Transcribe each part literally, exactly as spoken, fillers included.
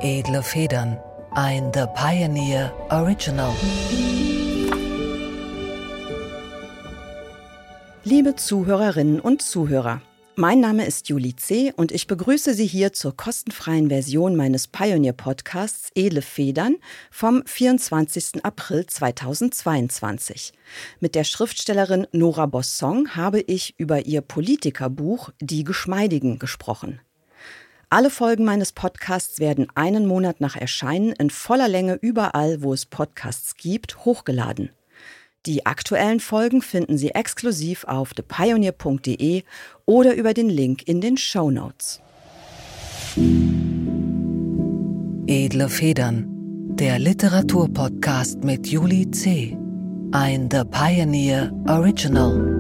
Edle Federn, ein The Pioneer Original. Liebe Zuhörerinnen und Zuhörer, mein Name ist Julie C. und ich begrüße Sie hier zur kostenfreien Version meines Pioneer-Podcasts Edle Federn vom vierundzwanzigsten April zweitausendzweiundzwanzig. Mit der Schriftstellerin Nora Bossong habe ich über ihr Politikerbuch Die Geschmeidigen gesprochen. Alle Folgen meines Podcasts werden einen Monat nach Erscheinen in voller Länge überall, wo es Podcasts gibt, hochgeladen. Die aktuellen Folgen finden Sie exklusiv auf the pioneer punkt de oder über den Link in den Shownotes. Edle Federn, der Literaturpodcast mit Julie C., ein The Pioneer Original.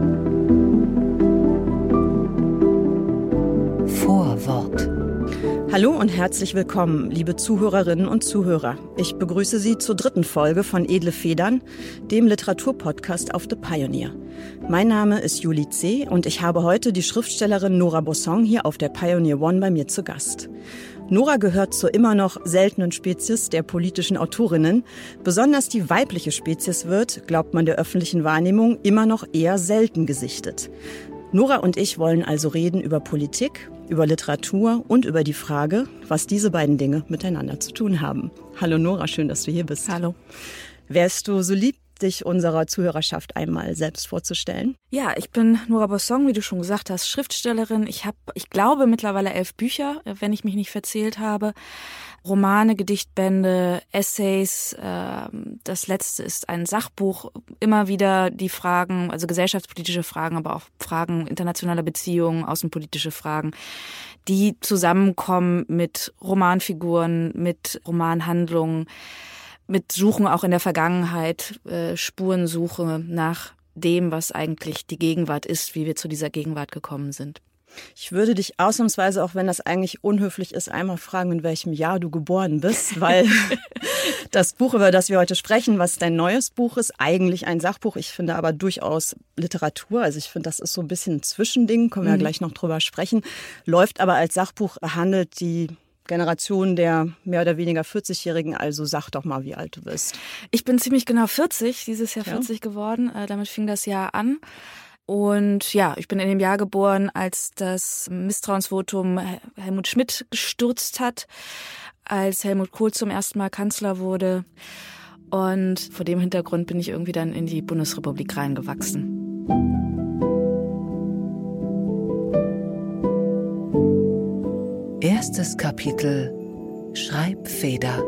Vorwort. Hallo und herzlich willkommen, liebe Zuhörerinnen und Zuhörer. Ich begrüße Sie zur dritten Folge von Edle Federn, dem Literaturpodcast auf The Pioneer. Mein Name ist Julie C. und ich habe heute die Schriftstellerin Nora Bossong hier auf der Pioneer One bei mir zu Gast. Nora gehört zur immer noch seltenen Spezies der politischen Autorinnen. Besonders die weibliche Spezies wird, glaubt man der öffentlichen Wahrnehmung, immer noch eher selten gesichtet. Nora und ich wollen also reden über Politik, über Literatur und über die Frage, was diese beiden Dinge miteinander zu tun haben. Hallo Nora, schön, dass du hier bist. Hallo. Wärst du so lieb, dich unserer Zuhörerschaft einmal selbst vorzustellen? Ja, ich bin Nora Bossong, wie du schon gesagt hast, Schriftstellerin. Ich habe, ich glaube, mittlerweile elf Bücher, wenn ich mich nicht verzählt habe. Romane, Gedichtbände, Essays. Das letzte ist ein Sachbuch. Immer wieder die Fragen, also gesellschaftspolitische Fragen, aber auch Fragen internationaler Beziehungen, außenpolitische Fragen, die zusammenkommen mit Romanfiguren, mit Romanhandlungen, mit Suchen auch in der Vergangenheit, Spurensuche nach dem, was eigentlich die Gegenwart ist, wie wir zu dieser Gegenwart gekommen sind. Ich würde dich ausnahmsweise, auch wenn das eigentlich unhöflich ist, einmal fragen, in welchem Jahr du geboren bist, weil das Buch, über das wir heute sprechen, was dein neues Buch ist, eigentlich ein Sachbuch. Ich finde aber durchaus Literatur. Also ich finde, das ist so ein bisschen ein Zwischending, können wir mhm. ja gleich noch drüber sprechen. Läuft aber als Sachbuch, handelt die Generation der mehr oder weniger vierzigjährigen, also sag doch mal, wie alt du bist. Ich bin ziemlich genau vierzig, dieses Jahr vierzig ja. geworden. Damit fing das Jahr an. Und ja, ich bin in dem Jahr geboren, als das Misstrauensvotum Helmut Schmidt gestürzt hat, als Helmut Kohl zum ersten Mal Kanzler wurde. Und vor dem Hintergrund bin ich irgendwie dann in die Bundesrepublik reingewachsen. Erstes Kapitel: Schreibfeder.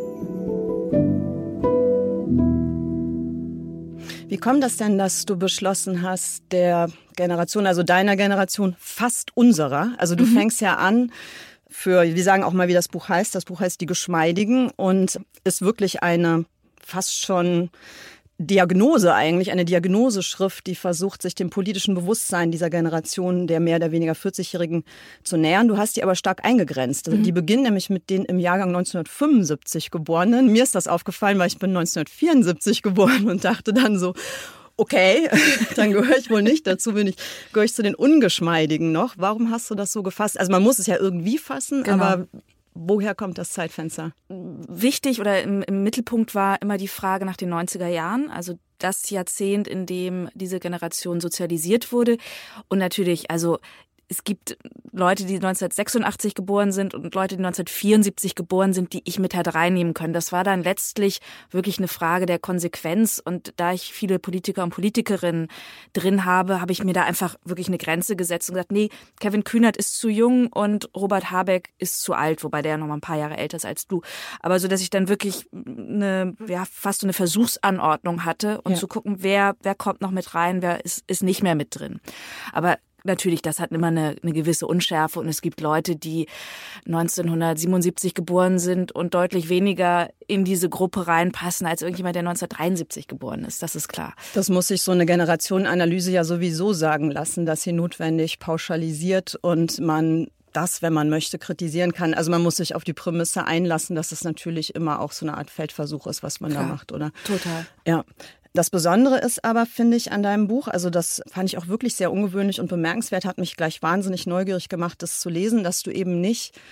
Wie kommt das denn, dass du beschlossen hast, der Generation, also deiner Generation, fast unserer, also du mhm. fängst ja an für, wir sagen auch mal, wie das Buch heißt, das Buch heißt Die Geschmeidigen und ist wirklich eine fast schon Diagnose eigentlich, eine Diagnoseschrift, die versucht, sich dem politischen Bewusstsein dieser Generation der mehr oder weniger vierzigjährigen zu nähern. Du hast die aber stark eingegrenzt. Also mhm. die beginnen nämlich mit den im Jahrgang neunzehnhundertfünfundsiebzig Geborenen. Mir ist das aufgefallen, weil ich bin neunzehnhundertvierundsiebzig geboren und dachte dann so, okay, dann gehöre ich wohl nicht dazu, bin ich, gehöre ich zu den Ungeschmeidigen noch. Warum hast du das so gefasst? Also man muss es ja irgendwie fassen, genau. aber woher kommt das Zeitfenster? Wichtig oder im, im Mittelpunkt war immer die Frage nach den neunziger Jahren, also das Jahrzehnt, in dem diese Generation sozialisiert wurde. Und natürlich, also es gibt Leute, die neunzehnhundertsechsundachtzig geboren sind und Leute, die neunzehnhundertvierundsiebzig geboren sind, die ich mit halt reinnehmen können. Das war dann letztlich wirklich eine Frage der Konsequenz. Und da ich viele Politiker und Politikerinnen drin habe, habe ich mir da einfach wirklich eine Grenze gesetzt und gesagt, nee, Kevin Kühnert ist zu jung und Robert Habeck ist zu alt, wobei der ja noch mal ein paar Jahre älter ist als du. Aber so, dass ich dann wirklich eine, ja, fast so eine Versuchsanordnung hatte und ja. zu gucken, wer, wer kommt noch mit rein, wer ist, ist nicht mehr mit drin. Aber natürlich, das hat immer eine, eine gewisse Unschärfe und es gibt Leute, die neunzehnhundertsiebenundsiebzig geboren sind und deutlich weniger in diese Gruppe reinpassen als irgendjemand, der neunzehnhundertdreiundsiebzig geboren ist. Das ist klar. Das muss sich so eine Generationenanalyse ja sowieso sagen lassen, dass sie notwendig pauschalisiert und man das, wenn man möchte, kritisieren kann. Also man muss sich auf die Prämisse einlassen, dass es natürlich immer auch so eine Art Feldversuch ist, was man klar. da macht, oder? Total. Ja. Das Besondere ist aber, finde ich, an deinem Buch, also das fand ich auch wirklich sehr ungewöhnlich und bemerkenswert, hat mich gleich wahnsinnig neugierig gemacht, das zu lesen, dass du eben nicht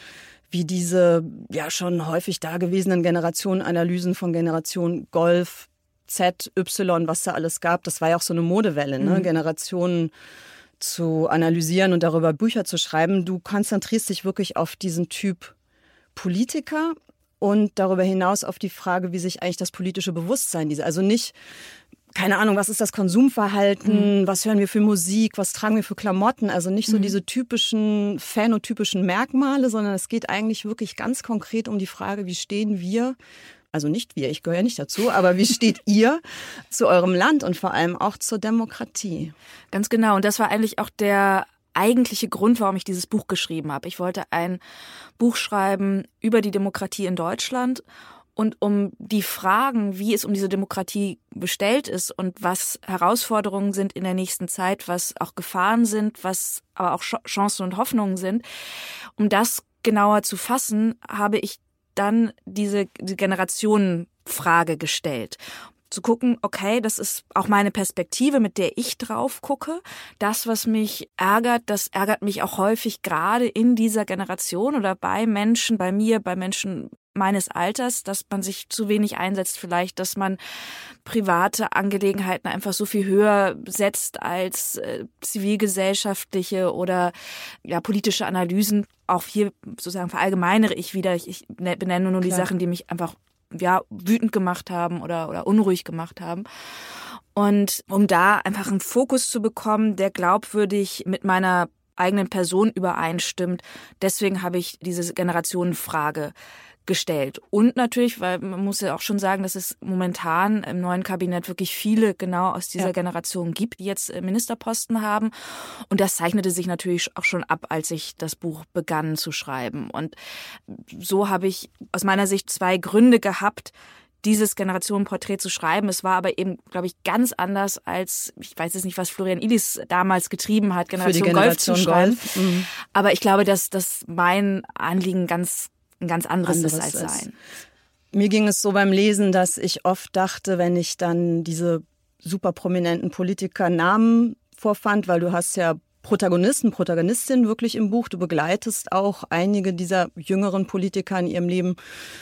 wie diese ja schon häufig dagewesenen Generationenanalysen von Generation Golf, Z, Y, was da alles gab, das war ja auch so eine Modewelle, ne? Mhm. Generationen zu analysieren und darüber Bücher zu schreiben. Du konzentrierst dich wirklich auf diesen Typ Politiker und darüber hinaus auf die Frage, wie sich eigentlich das politische Bewusstsein diese, also nicht, keine Ahnung, was ist das Konsumverhalten, mhm. was hören wir für Musik, was tragen wir für Klamotten, also nicht so mhm. diese typischen, phänotypischen Merkmale, sondern es geht eigentlich wirklich ganz konkret um die Frage, wie stehen wir, also nicht wir, ich gehöre ja nicht dazu, aber wie steht ihr zu eurem Land und vor allem auch zur Demokratie? Ganz genau, und das war eigentlich auch der eigentliche Grund, warum ich dieses Buch geschrieben habe. Ich wollte ein Buch schreiben über die Demokratie in Deutschland und um die Fragen, wie es um diese Demokratie bestellt ist und was Herausforderungen sind in der nächsten Zeit, was auch Gefahren sind, was aber auch Chancen und Hoffnungen sind, um das genauer zu fassen, habe ich dann diese, die Generationenfrage gestellt. Zu gucken, okay, das ist auch meine Perspektive, mit der ich drauf gucke. Das, was mich ärgert, das ärgert mich auch häufig gerade in dieser Generation oder bei Menschen, bei mir, bei Menschen meines Alters, dass man sich zu wenig einsetzt vielleicht, dass man private Angelegenheiten einfach so viel höher setzt als äh, zivilgesellschaftliche oder ja politische Analysen. Auch hier sozusagen verallgemeinere ich wieder. Ich, ich benenne nur Klar. die Sachen, die mich einfach ja wütend gemacht haben oder oder unruhig gemacht haben. Und um da einfach einen Fokus zu bekommen, der glaubwürdig mit meiner eigenen Person übereinstimmt, deswegen habe ich diese Generationenfrage gestellt. Und natürlich, weil man muss ja auch schon sagen, dass es momentan im neuen Kabinett wirklich viele genau aus dieser ja. Generation gibt, die jetzt Ministerposten haben. Und das zeichnete sich natürlich auch schon ab, als ich das Buch begann zu schreiben. Und so habe ich aus meiner Sicht zwei Gründe gehabt, dieses Generationenporträt zu schreiben. Es war aber eben, glaube ich, ganz anders als, ich weiß jetzt nicht, was Florian Illis damals getrieben hat, Generation, Generation Golf zu schreiben. Golf. Mhm. Aber ich glaube, dass, dass mein Anliegen ganz ein ganz anderes, anderes ist als sein. Mir ging es so beim Lesen, dass ich oft dachte, wenn ich dann diese super prominenten Politiker-Namen vorfand, weil du hast ja Protagonisten, Protagonistinnen wirklich im Buch, du begleitest auch einige dieser jüngeren Politiker in ihrem Leben.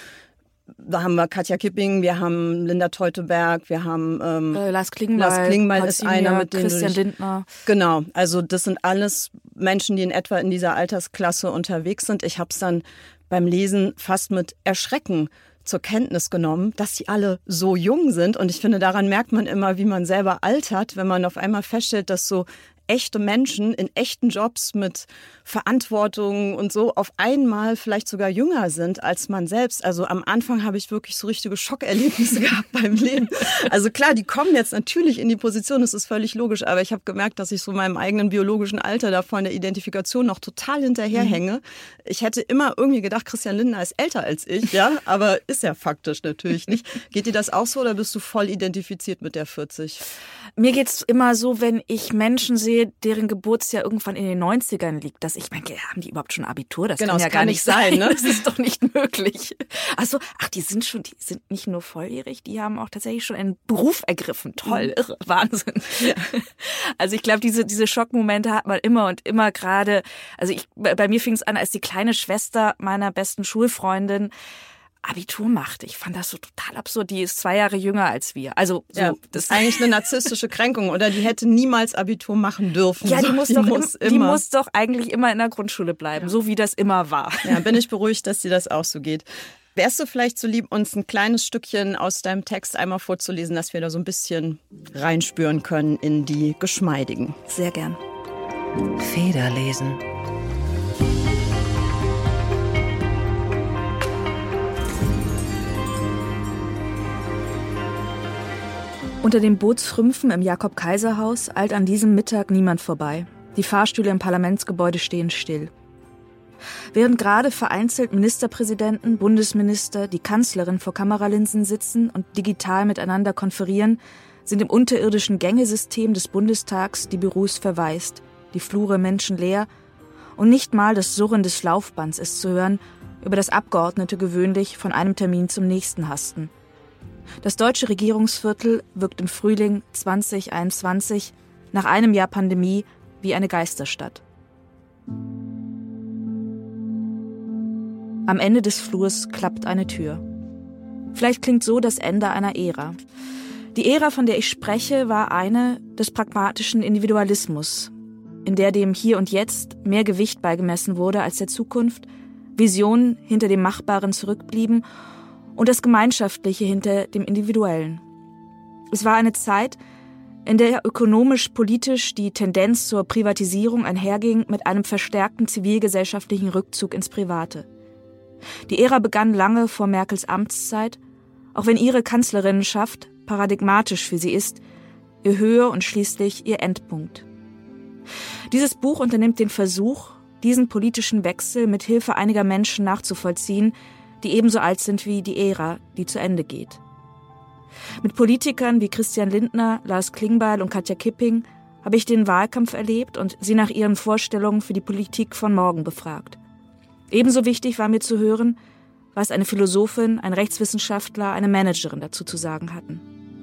Da haben wir Katja Kipping, wir haben Linda Teuteberg, wir haben ähm, äh, Lars Klingbeil, Lars Klingbeil ist einer, mit dem Christian du dich, Lindner. Genau, also das sind alles Menschen, die in etwa in dieser Altersklasse unterwegs sind. Ich habe es dann beim Lesen fast mit Erschrecken zur Kenntnis genommen, dass sie alle so jung sind. Und ich finde, daran merkt man immer, wie man selber altert, wenn man auf einmal feststellt, dass so echte Menschen in echten Jobs mit Verantwortung und so auf einmal vielleicht sogar jünger sind als man selbst. Also am Anfang habe ich wirklich so richtige Schockerlebnisse gehabt beim Leben. Also klar, die kommen jetzt natürlich in die Position, das ist völlig logisch, aber ich habe gemerkt, dass ich so meinem eigenen biologischen Alter da von der Identifikation noch total hinterherhänge. Mhm. Ich hätte immer irgendwie gedacht, Christian Lindner ist älter als ich, ja, aber ist ja faktisch natürlich nicht. Geht dir das auch so oder bist du voll identifiziert mit der vierzig? Mir geht's immer so, wenn ich Menschen sehe, deren Geburtsjahr irgendwann in den neunzigern liegt, dass ich meine, haben die überhaupt schon Abitur? Das genau, kann ja das gar kann nicht sein. sein ne? Das ist doch nicht möglich. Also, ach, die sind schon, die sind nicht nur volljährig, die haben auch tatsächlich schon einen Beruf ergriffen. Toll, irre, Wahnsinn. Ja. Also ich glaube, diese diese Schockmomente hat man immer und immer gerade. Also ich, bei mir fing es an, als die kleine Schwester meiner besten Schulfreundin Abitur macht. Ich fand das so total absurd. Die ist zwei Jahre jünger als wir. Also so, ja, das ist eigentlich eine narzisstische Kränkung. Oder die hätte niemals Abitur machen dürfen. Ja, die, so, muss, die, doch muss im, die muss doch eigentlich immer in der Grundschule bleiben, ja. so wie das immer war. Ja, bin ich beruhigt, dass dir das auch so geht. Wärst du vielleicht so lieb, uns ein kleines Stückchen aus deinem Text einmal vorzulesen, dass wir da so ein bisschen reinspüren können in die Geschmeidigen? Sehr gern. Federlesen. Unter den Bootsrümpfen im Jakob-Kaiser-Haus eilt an diesem Mittag niemand vorbei. Die Fahrstühle im Parlamentsgebäude stehen still. Während gerade vereinzelt Ministerpräsidenten, Bundesminister, die Kanzlerin vor Kameralinsen sitzen und digital miteinander konferieren, sind im unterirdischen Gängesystem des Bundestags die Büros verwaist, die Flure menschenleer und nicht mal das Surren des Laufbands ist zu hören, über das Abgeordnete gewöhnlich von einem Termin zum nächsten hasten. Das deutsche Regierungsviertel wirkt im Frühling zwanzig einundzwanzig nach einem Jahr Pandemie wie eine Geisterstadt. Am Ende des Flurs klappt eine Tür. Vielleicht klingt so das Ende einer Ära. Die Ära, von der ich spreche, war eine des pragmatischen Individualismus, in der dem Hier und Jetzt mehr Gewicht beigemessen wurde als der Zukunft, Visionen hinter dem Machbaren zurückblieben und das Gemeinschaftliche hinter dem Individuellen. Es war eine Zeit, in der ökonomisch-politisch die Tendenz zur Privatisierung einherging mit einem verstärkten zivilgesellschaftlichen Rückzug ins Private. Die Ära begann lange vor Merkels Amtszeit, auch wenn ihre Kanzlerinnenschaft paradigmatisch für sie ist, ihr Höhe und schließlich ihr Endpunkt. Dieses Buch unternimmt den Versuch, diesen politischen Wechsel mit Hilfe einiger Menschen nachzuvollziehen, die ebenso alt sind wie die Ära, die zu Ende geht. Mit Politikern wie Christian Lindner, Lars Klingbeil und Katja Kipping habe ich den Wahlkampf erlebt und sie nach ihren Vorstellungen für die Politik von morgen befragt. Ebenso wichtig war mir zu hören, was eine Philosophin, ein Rechtswissenschaftler, eine Managerin dazu zu sagen hatten.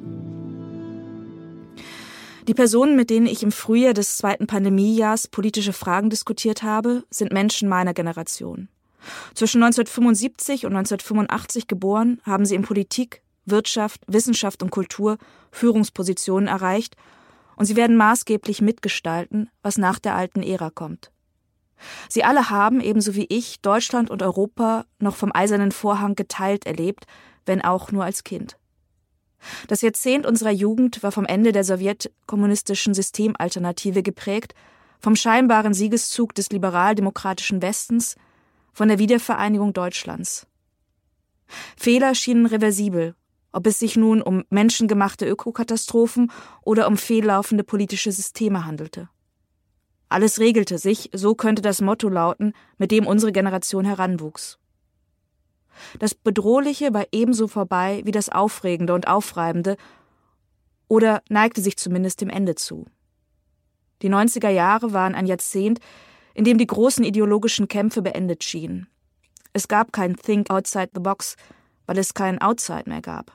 Die Personen, mit denen ich im Frühjahr des zweiten Pandemiejahrs politische Fragen diskutiert habe, sind Menschen meiner Generation. Zwischen neunzehnhundertfünfundsiebzig und neunzehnhundertfünfundachtzig geboren, haben sie in Politik, Wirtschaft, Wissenschaft und Kultur Führungspositionen erreicht und sie werden maßgeblich mitgestalten, was nach der alten Ära kommt. Sie alle haben, ebenso wie ich, Deutschland und Europa noch vom Eisernen Vorhang geteilt erlebt, wenn auch nur als Kind. Das Jahrzehnt unserer Jugend war vom Ende der sowjetkommunistischen Systemalternative geprägt, vom scheinbaren Siegeszug des liberal-demokratischen Westens, von der Wiedervereinigung Deutschlands. Fehler schienen reversibel, ob es sich nun um menschengemachte Ökokatastrophen oder um fehllaufende politische Systeme handelte. Alles regelte sich, so könnte das Motto lauten, mit dem unsere Generation heranwuchs. Das Bedrohliche war ebenso vorbei wie das Aufregende und Aufreibende oder neigte sich zumindest dem Ende zu. Die neunziger Jahre waren ein Jahrzehnt, in dem die großen ideologischen Kämpfe beendet schienen. Es gab kein Think outside the box, weil es kein Outside mehr gab.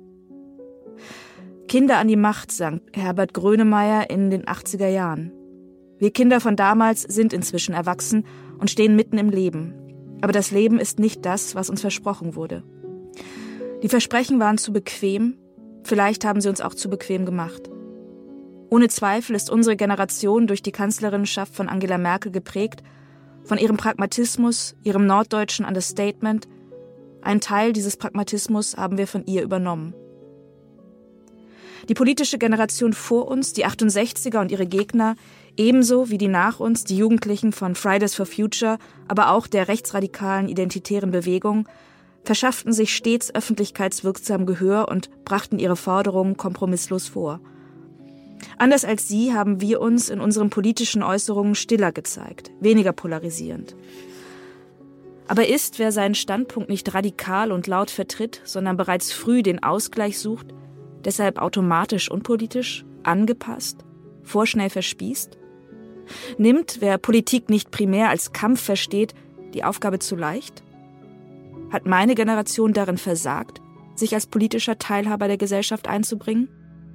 Kinder an die Macht, sang Herbert Grönemeyer in den achtziger Jahren. Wir Kinder von damals sind inzwischen erwachsen und stehen mitten im Leben. Aber das Leben ist nicht das, was uns versprochen wurde. Die Versprechen waren zu bequem, vielleicht haben sie uns auch zu bequem gemacht. Ohne Zweifel ist unsere Generation durch die Kanzlerinnenschaft von Angela Merkel geprägt, von ihrem Pragmatismus, ihrem norddeutschen Understatement. Einen Teil dieses Pragmatismus haben wir von ihr übernommen. Die politische Generation vor uns, die achtundsechziger und ihre Gegner, ebenso wie die nach uns, die Jugendlichen von Fridays for Future, aber auch der rechtsradikalen identitären Bewegung, verschafften sich stets öffentlichkeitswirksam Gehör und brachten ihre Forderungen kompromisslos vor. Anders als sie haben wir uns in unseren politischen Äußerungen stiller gezeigt, weniger polarisierend. Aber ist, wer seinen Standpunkt nicht radikal und laut vertritt, sondern bereits früh den Ausgleich sucht, deshalb automatisch unpolitisch, angepasst, vorschnell verspießt? Nimmt, wer Politik nicht primär als Kampf versteht, die Aufgabe zu leicht? Hat meine Generation darin versagt, sich als politischer Teilhaber der Gesellschaft einzubringen?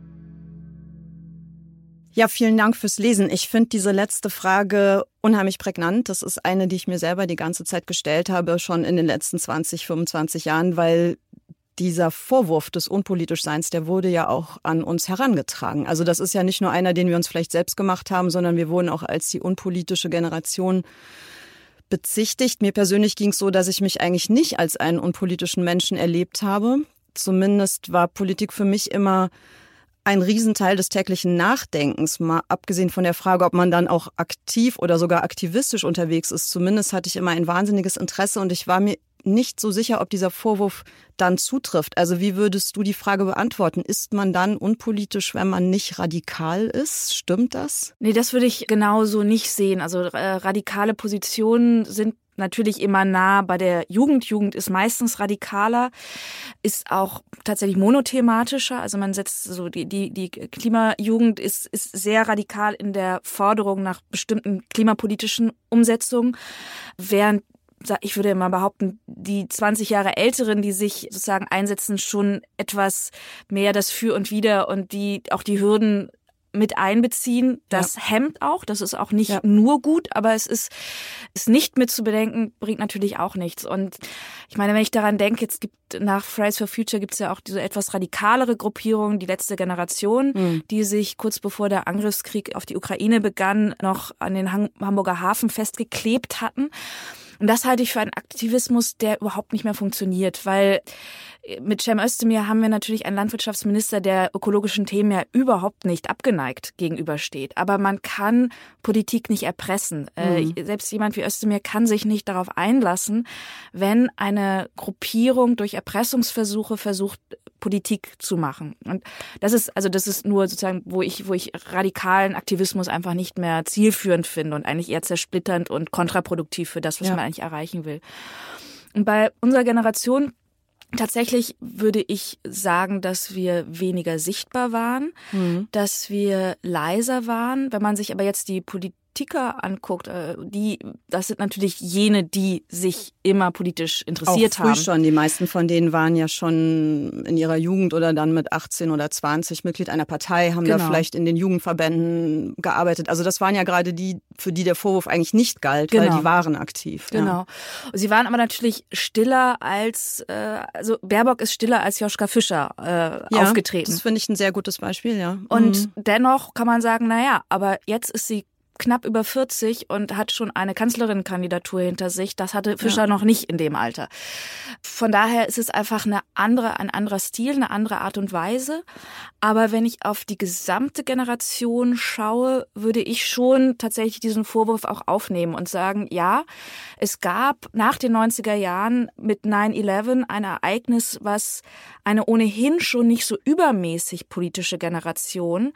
Ja, vielen Dank fürs Lesen. Ich finde diese letzte Frage unheimlich prägnant. Das ist eine, die ich mir selber die ganze Zeit gestellt habe, schon in den letzten zwanzig, fünfundzwanzig Jahren, weil dieser Vorwurf des Unpolitischseins, der wurde ja auch an uns herangetragen. Also das ist ja nicht nur einer, den wir uns vielleicht selbst gemacht haben, sondern wir wurden auch als die unpolitische Generation bezichtigt. Mir persönlich ging es so, dass ich mich eigentlich nicht als einen unpolitischen Menschen erlebt habe. Zumindest war Politik für mich immer ein Riesenteil des täglichen Nachdenkens, mal abgesehen von der Frage, ob man dann auch aktiv oder sogar aktivistisch unterwegs ist. Zumindest hatte ich immer ein wahnsinniges Interesse und ich war mir nicht so sicher, ob dieser Vorwurf dann zutrifft. Also wie würdest du die Frage beantworten? Ist man dann unpolitisch, wenn man nicht radikal ist? Stimmt das? Nee, das würde ich genauso nicht sehen. Also äh, radikale Positionen sind natürlich immer nah bei der Jugend. Jugend ist meistens radikaler, ist auch tatsächlich monothematischer. Also man setzt so die die die Klimajugend ist ist sehr radikal in der Forderung nach bestimmten klimapolitischen Umsetzungen, während ich würde mal behaupten, die zwanzig Jahre Älteren, die sich sozusagen einsetzen, schon etwas mehr das Für und Wider und die auch die Hürden mit einbeziehen. Das ja. hemmt auch, das ist auch nicht ja. nur gut, aber es ist, es nicht mit zu bedenken, bringt natürlich auch nichts. Und ich meine, wenn ich daran denke, jetzt gibt nach Fridays for Future gibt es ja auch diese etwas radikalere Gruppierung, die letzte Generation, mhm. die sich kurz bevor der Angriffskrieg auf die Ukraine begann, noch an den Hamburger Hafen festgeklebt hatten. Und das halte ich für einen Aktivismus, der überhaupt nicht mehr funktioniert, weil mit Cem Özdemir haben wir natürlich einen Landwirtschaftsminister, der ökologischen Themen ja überhaupt nicht abgeneigt gegenübersteht. Aber man kann Politik nicht erpressen. Mhm. Äh, selbst jemand wie Özdemir kann sich nicht darauf einlassen, wenn eine Gruppierung durch Erpressungsversuche versucht, Politik zu machen. Und das ist, also das ist nur sozusagen, wo ich, wo ich radikalen Aktivismus einfach nicht mehr zielführend finde und eigentlich eher zersplitternd und kontraproduktiv für das, was ja. man eigentlich erreichen will. Und bei unserer Generation tatsächlich würde ich sagen, dass wir weniger sichtbar waren, mhm. dass wir leiser waren. Wenn man sich aber jetzt die Politik Politiker anguckt, die, das sind natürlich jene, die sich immer politisch interessiert haben. Auch früh schon. Die meisten von denen waren ja schon in ihrer Jugend oder dann mit achtzehn oder zwanzig Mitglied einer Partei, haben genau. da vielleicht in den Jugendverbänden gearbeitet. Also das waren ja gerade die, für die der Vorwurf eigentlich nicht galt, genau. weil die waren aktiv. Genau. Ja. Sie waren aber natürlich stiller als, also Baerbock ist stiller als Joschka Fischer äh, ja, aufgetreten. Das finde ich ein sehr gutes Beispiel, ja. Und mhm. dennoch kann man sagen, naja, aber jetzt ist sie knapp über vierzig und hat schon eine Kanzlerinnenkandidatur hinter sich. Das hatte Fischer ja. noch nicht in dem Alter. Von daher ist es einfach eine andere, ein anderer Stil, eine andere Art und Weise. Aber wenn ich auf die gesamte Generation schaue, würde ich schon tatsächlich diesen Vorwurf auch aufnehmen und sagen, ja, es gab nach den neunziger Jahren mit nine eleven ein Ereignis, was eine ohnehin schon nicht so übermäßig politische Generation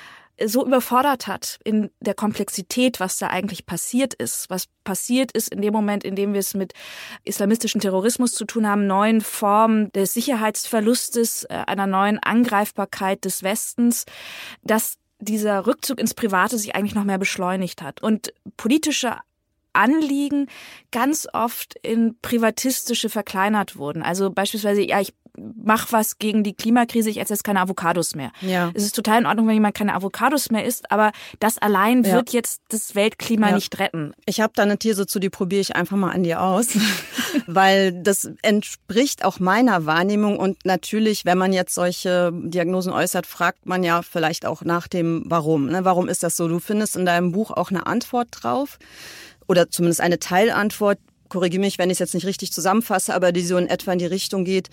so überfordert hat in der Komplexität, was da eigentlich passiert ist. Was passiert ist in dem Moment, in dem wir es mit islamistischem Terrorismus zu tun haben, neuen Formen des Sicherheitsverlustes, einer neuen Angreifbarkeit des Westens, dass dieser Rückzug ins Private sich eigentlich noch mehr beschleunigt hat. Und politische Anliegen ganz oft in privatistische verkleinert wurden. Also beispielsweise, ja, ich mach was gegen die Klimakrise, ich esse jetzt keine Avocados mehr. Ja. Es ist total in Ordnung, wenn jemand keine Avocados mehr isst, aber das allein wird ja. jetzt das Weltklima ja. nicht retten. Ich habe da eine These zu, die probiere ich einfach mal an dir aus, weil das entspricht auch meiner Wahrnehmung und natürlich, wenn man jetzt solche Diagnosen äußert, fragt man ja vielleicht auch nach dem Warum. Ne? Warum ist das so? Du findest in deinem Buch auch eine Antwort drauf oder zumindest eine Teilantwort. Korrigiere mich, wenn ich es jetzt nicht richtig zusammenfasse, aber die so in etwa in die Richtung geht,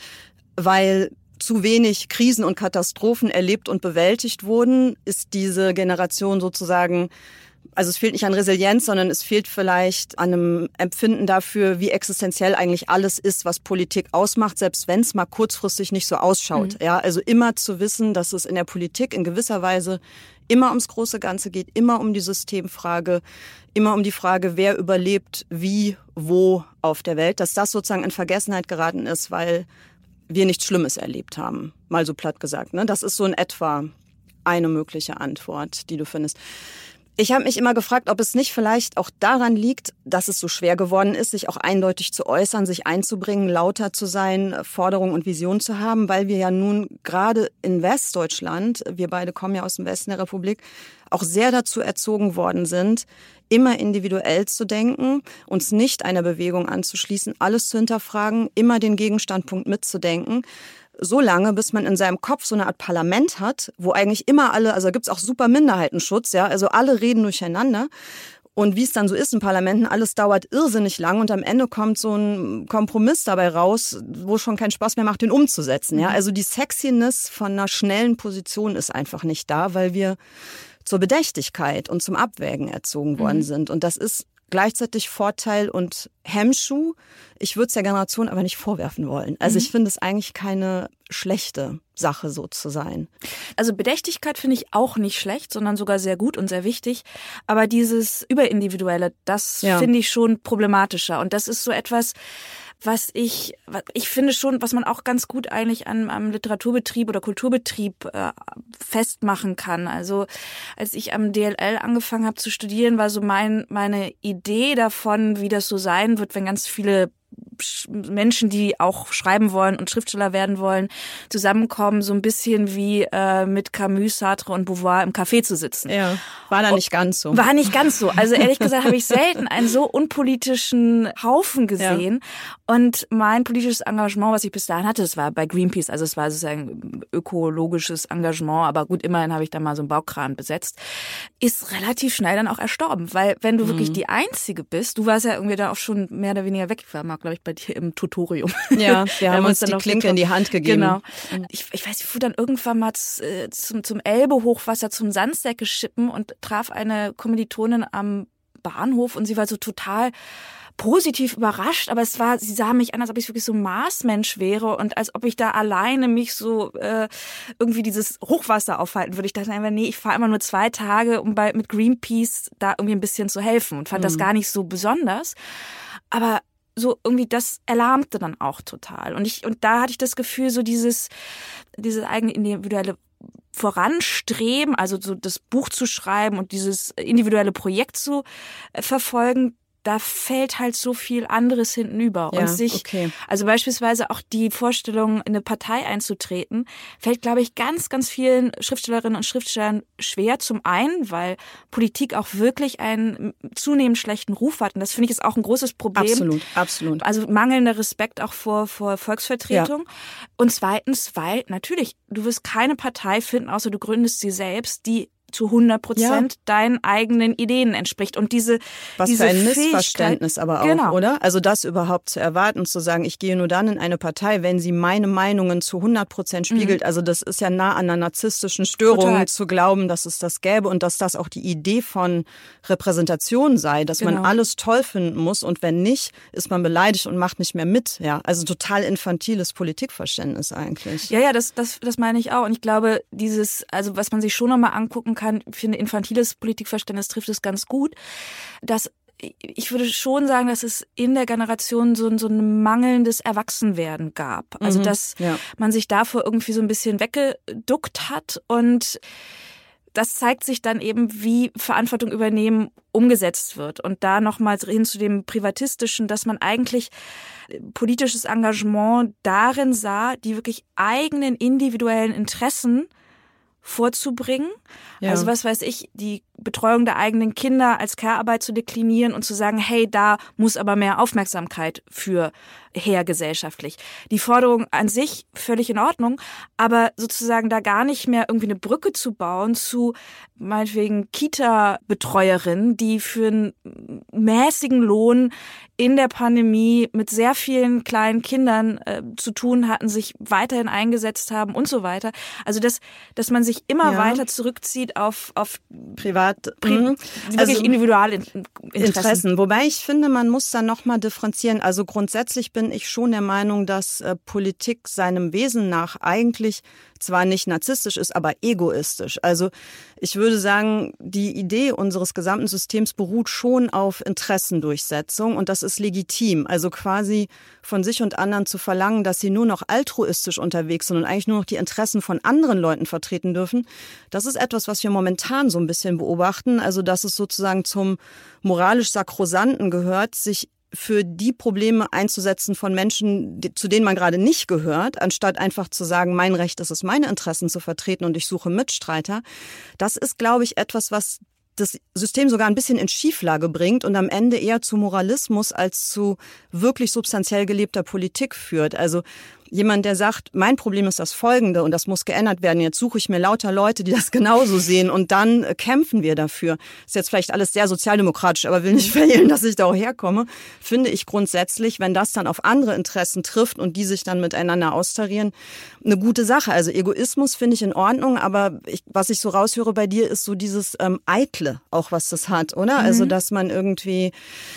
weil zu wenig Krisen und Katastrophen erlebt und bewältigt wurden, ist diese Generation sozusagen, also es fehlt nicht an Resilienz, sondern es fehlt vielleicht an einem Empfinden dafür, wie existenziell eigentlich alles ist, was Politik ausmacht, selbst wenn es mal kurzfristig nicht so ausschaut. Mhm. Ja, also immer zu wissen, dass es in der Politik in gewisser Weise immer ums große Ganze geht, immer um die Systemfrage, immer um die Frage, wer überlebt wie, wo auf der Welt, dass das sozusagen in Vergessenheit geraten ist, weil wir nichts Schlimmes erlebt haben, mal so platt gesagt. Ne? Das ist so in etwa eine mögliche Antwort, die du findest. Ich habe mich immer gefragt, ob es nicht vielleicht auch daran liegt, dass es so schwer geworden ist, sich auch eindeutig zu äußern, sich einzubringen, lauter zu sein, Forderungen und Visionen zu haben, weil wir ja nun gerade in Westdeutschland, wir beide kommen ja aus dem Westen der Republik, auch sehr dazu erzogen worden sind, immer individuell zu denken, uns nicht einer Bewegung anzuschließen, alles zu hinterfragen, immer den Gegenstandpunkt mitzudenken. So lange, bis man in seinem Kopf so eine Art Parlament hat, wo eigentlich immer alle, also da gibt's auch super Minderheitenschutz, ja, also alle reden durcheinander. Und wie es dann so ist in Parlamenten, alles dauert irrsinnig lang und am Ende kommt so ein Kompromiss dabei raus, wo schon keinen Spaß mehr macht, den umzusetzen. Ja, also die Sexiness von einer schnellen Position ist einfach nicht da, weil wir zur Bedächtigkeit und zum Abwägen erzogen worden mhm. sind. Und das ist gleichzeitig Vorteil und Hemmschuh. Ich würde es der Generation aber nicht vorwerfen wollen. Also mhm. ich finde es eigentlich keine schlechte Sache, so zu sein. Also Bedächtigkeit finde ich auch nicht schlecht, sondern sogar sehr gut und sehr wichtig. Aber dieses Überindividuelle, das ja. finde ich schon problematischer. Und das ist so etwas, was ich, ich finde schon, was man auch ganz gut eigentlich an, am Literaturbetrieb oder Kulturbetrieb äh, festmachen kann. Also als ich am D L L angefangen habe zu studieren, war so mein meine Idee davon, wie das so sein wird, wenn ganz viele Menschen, die auch schreiben wollen und Schriftsteller werden wollen, zusammenkommen, so ein bisschen wie äh, mit Camus, Sartre und Beauvoir im Café zu sitzen. Ja, war da nicht ganz so. War nicht ganz so. Also ehrlich gesagt habe ich selten einen so unpolitischen Haufen gesehen. Ja. Und mein politisches Engagement, was ich bis dahin hatte, das war bei Greenpeace, also es war sozusagen ökologisches Engagement, aber gut, immerhin habe ich da mal so einen Baukran besetzt, ist relativ schnell dann auch erstorben. Weil wenn du mhm. wirklich die Einzige bist, du warst ja irgendwie da auch schon mehr oder weniger weg, ich war mal, glaube ich, bei dir im Tutorium. Ja, wir haben uns die Klinke in die Hand gegeben. Genau. Ich, ich weiß, ich fuhr dann irgendwann mal zum, zum Elbe-Hochwasser, zum Sandsäcke schippen und traf eine Kommilitonin am Bahnhof und sie war so total positiv überrascht, aber es war, sie sah mich an, als ob ich wirklich so ein Marsmensch wäre und als ob ich da alleine mich so äh, irgendwie dieses Hochwasser aufhalten würde. Ich dachte einfach, nee, ich fahre immer nur zwei Tage, um bei mit Greenpeace da irgendwie ein bisschen zu helfen und fand mhm. das gar nicht so besonders. Aber so irgendwie, das erlahmte dann auch total. Und ich, und da hatte ich das Gefühl, so dieses, dieses eigene individuelle Voranstreben, also so das Buch zu schreiben und dieses individuelle Projekt zu verfolgen, da fällt halt so viel anderes hintenüber. Ja, und sich, okay. Also beispielsweise auch die Vorstellung, in eine Partei einzutreten, fällt, glaube ich, ganz, ganz vielen Schriftstellerinnen und Schriftstellern schwer. Zum einen, weil Politik auch wirklich einen zunehmend schlechten Ruf hat. Und das finde ich ist auch ein großes Problem. Absolut, absolut. Also mangelnder Respekt auch vor, vor Volksvertretung. Ja. Und zweitens, weil natürlich, du wirst keine Partei finden, außer du gründest sie selbst, die zu hundert Prozent ja. deinen eigenen Ideen entspricht. Und diese Was diese für ein Missverständnis aber auch, genau. oder? Also das überhaupt zu erwarten, zu sagen, ich gehe nur dann in eine Partei, wenn sie meine Meinungen zu hundert Prozent spiegelt. Mhm. Also das ist ja nah an einer narzisstischen Störung, Total. Zu glauben, dass es das gäbe und dass das auch die Idee von Repräsentation sei, dass genau. man alles toll finden muss und wenn nicht, ist man beleidigt und macht nicht mehr mit. Ja, also total infantiles Politikverständnis eigentlich. Ja, ja, das, das, das meine ich auch. Und ich glaube, dieses, also was man sich schon nochmal angucken kann, kann, finde, infantiles Politikverständnis trifft es ganz gut, dass ich würde schon sagen, dass es in der Generation so, so ein mangelndes Erwachsenwerden gab. Also, mhm, dass ja. man sich davor irgendwie so ein bisschen weggeduckt hat und das zeigt sich dann eben, wie Verantwortung übernehmen umgesetzt wird. Und da nochmal hin zu dem Privatistischen, dass man eigentlich politisches Engagement darin sah, die wirklich eigenen individuellen Interessen vorzubringen. Ja. Also was weiß ich, die Betreuung der eigenen Kinder als Care-Arbeit zu deklinieren und zu sagen, hey, da muss aber mehr Aufmerksamkeit für her gesellschaftlich. Die Forderung an sich völlig in Ordnung, aber sozusagen da gar nicht mehr irgendwie eine Brücke zu bauen zu meinetwegen Kita-Betreuerinnen, die für einen mäßigen Lohn in der Pandemie mit sehr vielen kleinen Kindern äh, zu tun hatten, sich weiterhin eingesetzt haben und so weiter. Also dass, dass man sich immer ja. weiter zurückzieht auf, auf Privat, Pri- mhm. wirklich also individuelle Interessen. Interessen. Wobei ich finde, man muss da nochmal differenzieren. Also grundsätzlich bin ich schon der Meinung, dass äh, Politik seinem Wesen nach eigentlich zwar nicht narzisstisch ist, aber egoistisch. Also ich würde sagen, die Idee unseres gesamten Systems beruht schon auf Interessendurchsetzung und das ist legitim. Also quasi von sich und anderen zu verlangen, dass sie nur noch altruistisch unterwegs sind und eigentlich nur noch die Interessen von anderen Leuten vertreten dürfen, das ist etwas, was wir momentan so ein bisschen beobachten. Also dass es sozusagen zum moralisch Sakrosanten gehört, sich für die Probleme einzusetzen von Menschen, zu denen man gerade nicht gehört, anstatt einfach zu sagen, mein Recht ist es, meine Interessen zu vertreten und ich suche Mitstreiter. Das ist, glaube ich, etwas, was das System sogar ein bisschen in Schieflage bringt und am Ende eher zu Moralismus als zu wirklich substanziell gelebter Politik führt. Also jemand, der sagt, mein Problem ist das folgende und das muss geändert werden. Jetzt suche ich mir lauter Leute, die das genauso sehen und dann kämpfen wir dafür. Ist jetzt vielleicht alles sehr sozialdemokratisch, aber will nicht verhehlen, dass ich da auch herkomme. Finde ich grundsätzlich, wenn das dann auf andere Interessen trifft und die sich dann miteinander austarieren, eine gute Sache. Also Egoismus finde ich in Ordnung, aber ich, was ich so raushöre bei dir, ist so dieses ähm, Eitle, auch was das hat, oder? Mhm. Also dass man irgendwie...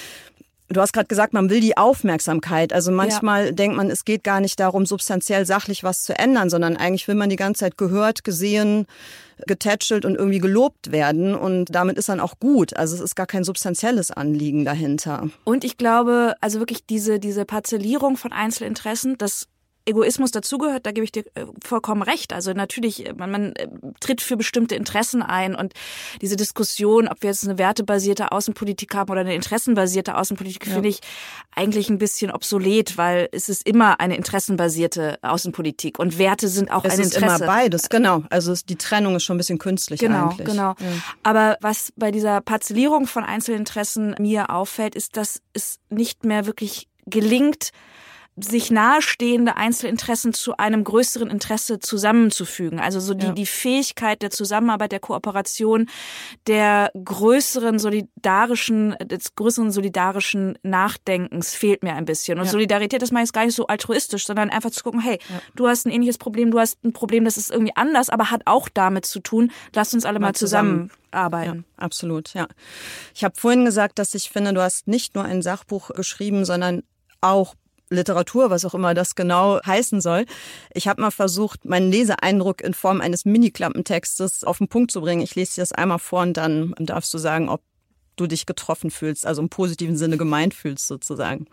Du hast gerade gesagt, man will die Aufmerksamkeit. Also manchmal ja. denkt man, es geht gar nicht darum, substanziell sachlich was zu ändern, sondern eigentlich will man die ganze Zeit gehört, gesehen, getätschelt und irgendwie gelobt werden. Und damit ist dann auch gut. Also es ist gar kein substanzielles Anliegen dahinter. Und ich glaube, also wirklich diese, diese Parzellierung von Einzelinteressen, das Egoismus dazugehört, da gebe ich dir vollkommen recht. Also natürlich, man, man tritt für bestimmte Interessen ein und diese Diskussion, ob wir jetzt eine wertebasierte Außenpolitik haben oder eine interessenbasierte Außenpolitik, ja. finde ich eigentlich ein bisschen obsolet, weil es ist immer eine interessenbasierte Außenpolitik und Werte sind auch es ein ist Interesse. Immer beides, genau. Also die Trennung ist schon ein bisschen künstlich genau, eigentlich. Genau, genau. Ja. Aber was bei dieser Parzellierung von Einzelinteressen mir auffällt, ist, dass es nicht mehr wirklich gelingt, sich nahestehende Einzelinteressen zu einem größeren Interesse zusammenzufügen. Also so die, ja. die Fähigkeit der Zusammenarbeit, der Kooperation, der größeren solidarischen, des größeren solidarischen Nachdenkens fehlt mir ein bisschen. Und ja. Solidarität, das meine ich gar nicht so altruistisch, sondern einfach zu gucken, hey, ja. du hast ein ähnliches Problem, du hast ein Problem, das ist irgendwie anders, aber hat auch damit zu tun, lass uns alle mal, mal zusammen arbeiten. Ja, absolut, ja. Ich habe vorhin gesagt, dass ich finde, du hast nicht nur ein Sachbuch geschrieben, sondern auch Literatur, was auch immer das genau heißen soll. Ich habe mal versucht, meinen Leseeindruck in Form eines Mini-Klappentextes auf den Punkt zu bringen. Ich lese dir das einmal vor und dann darfst du sagen, ob du dich getroffen fühlst, also im positiven Sinne gemeint fühlst sozusagen.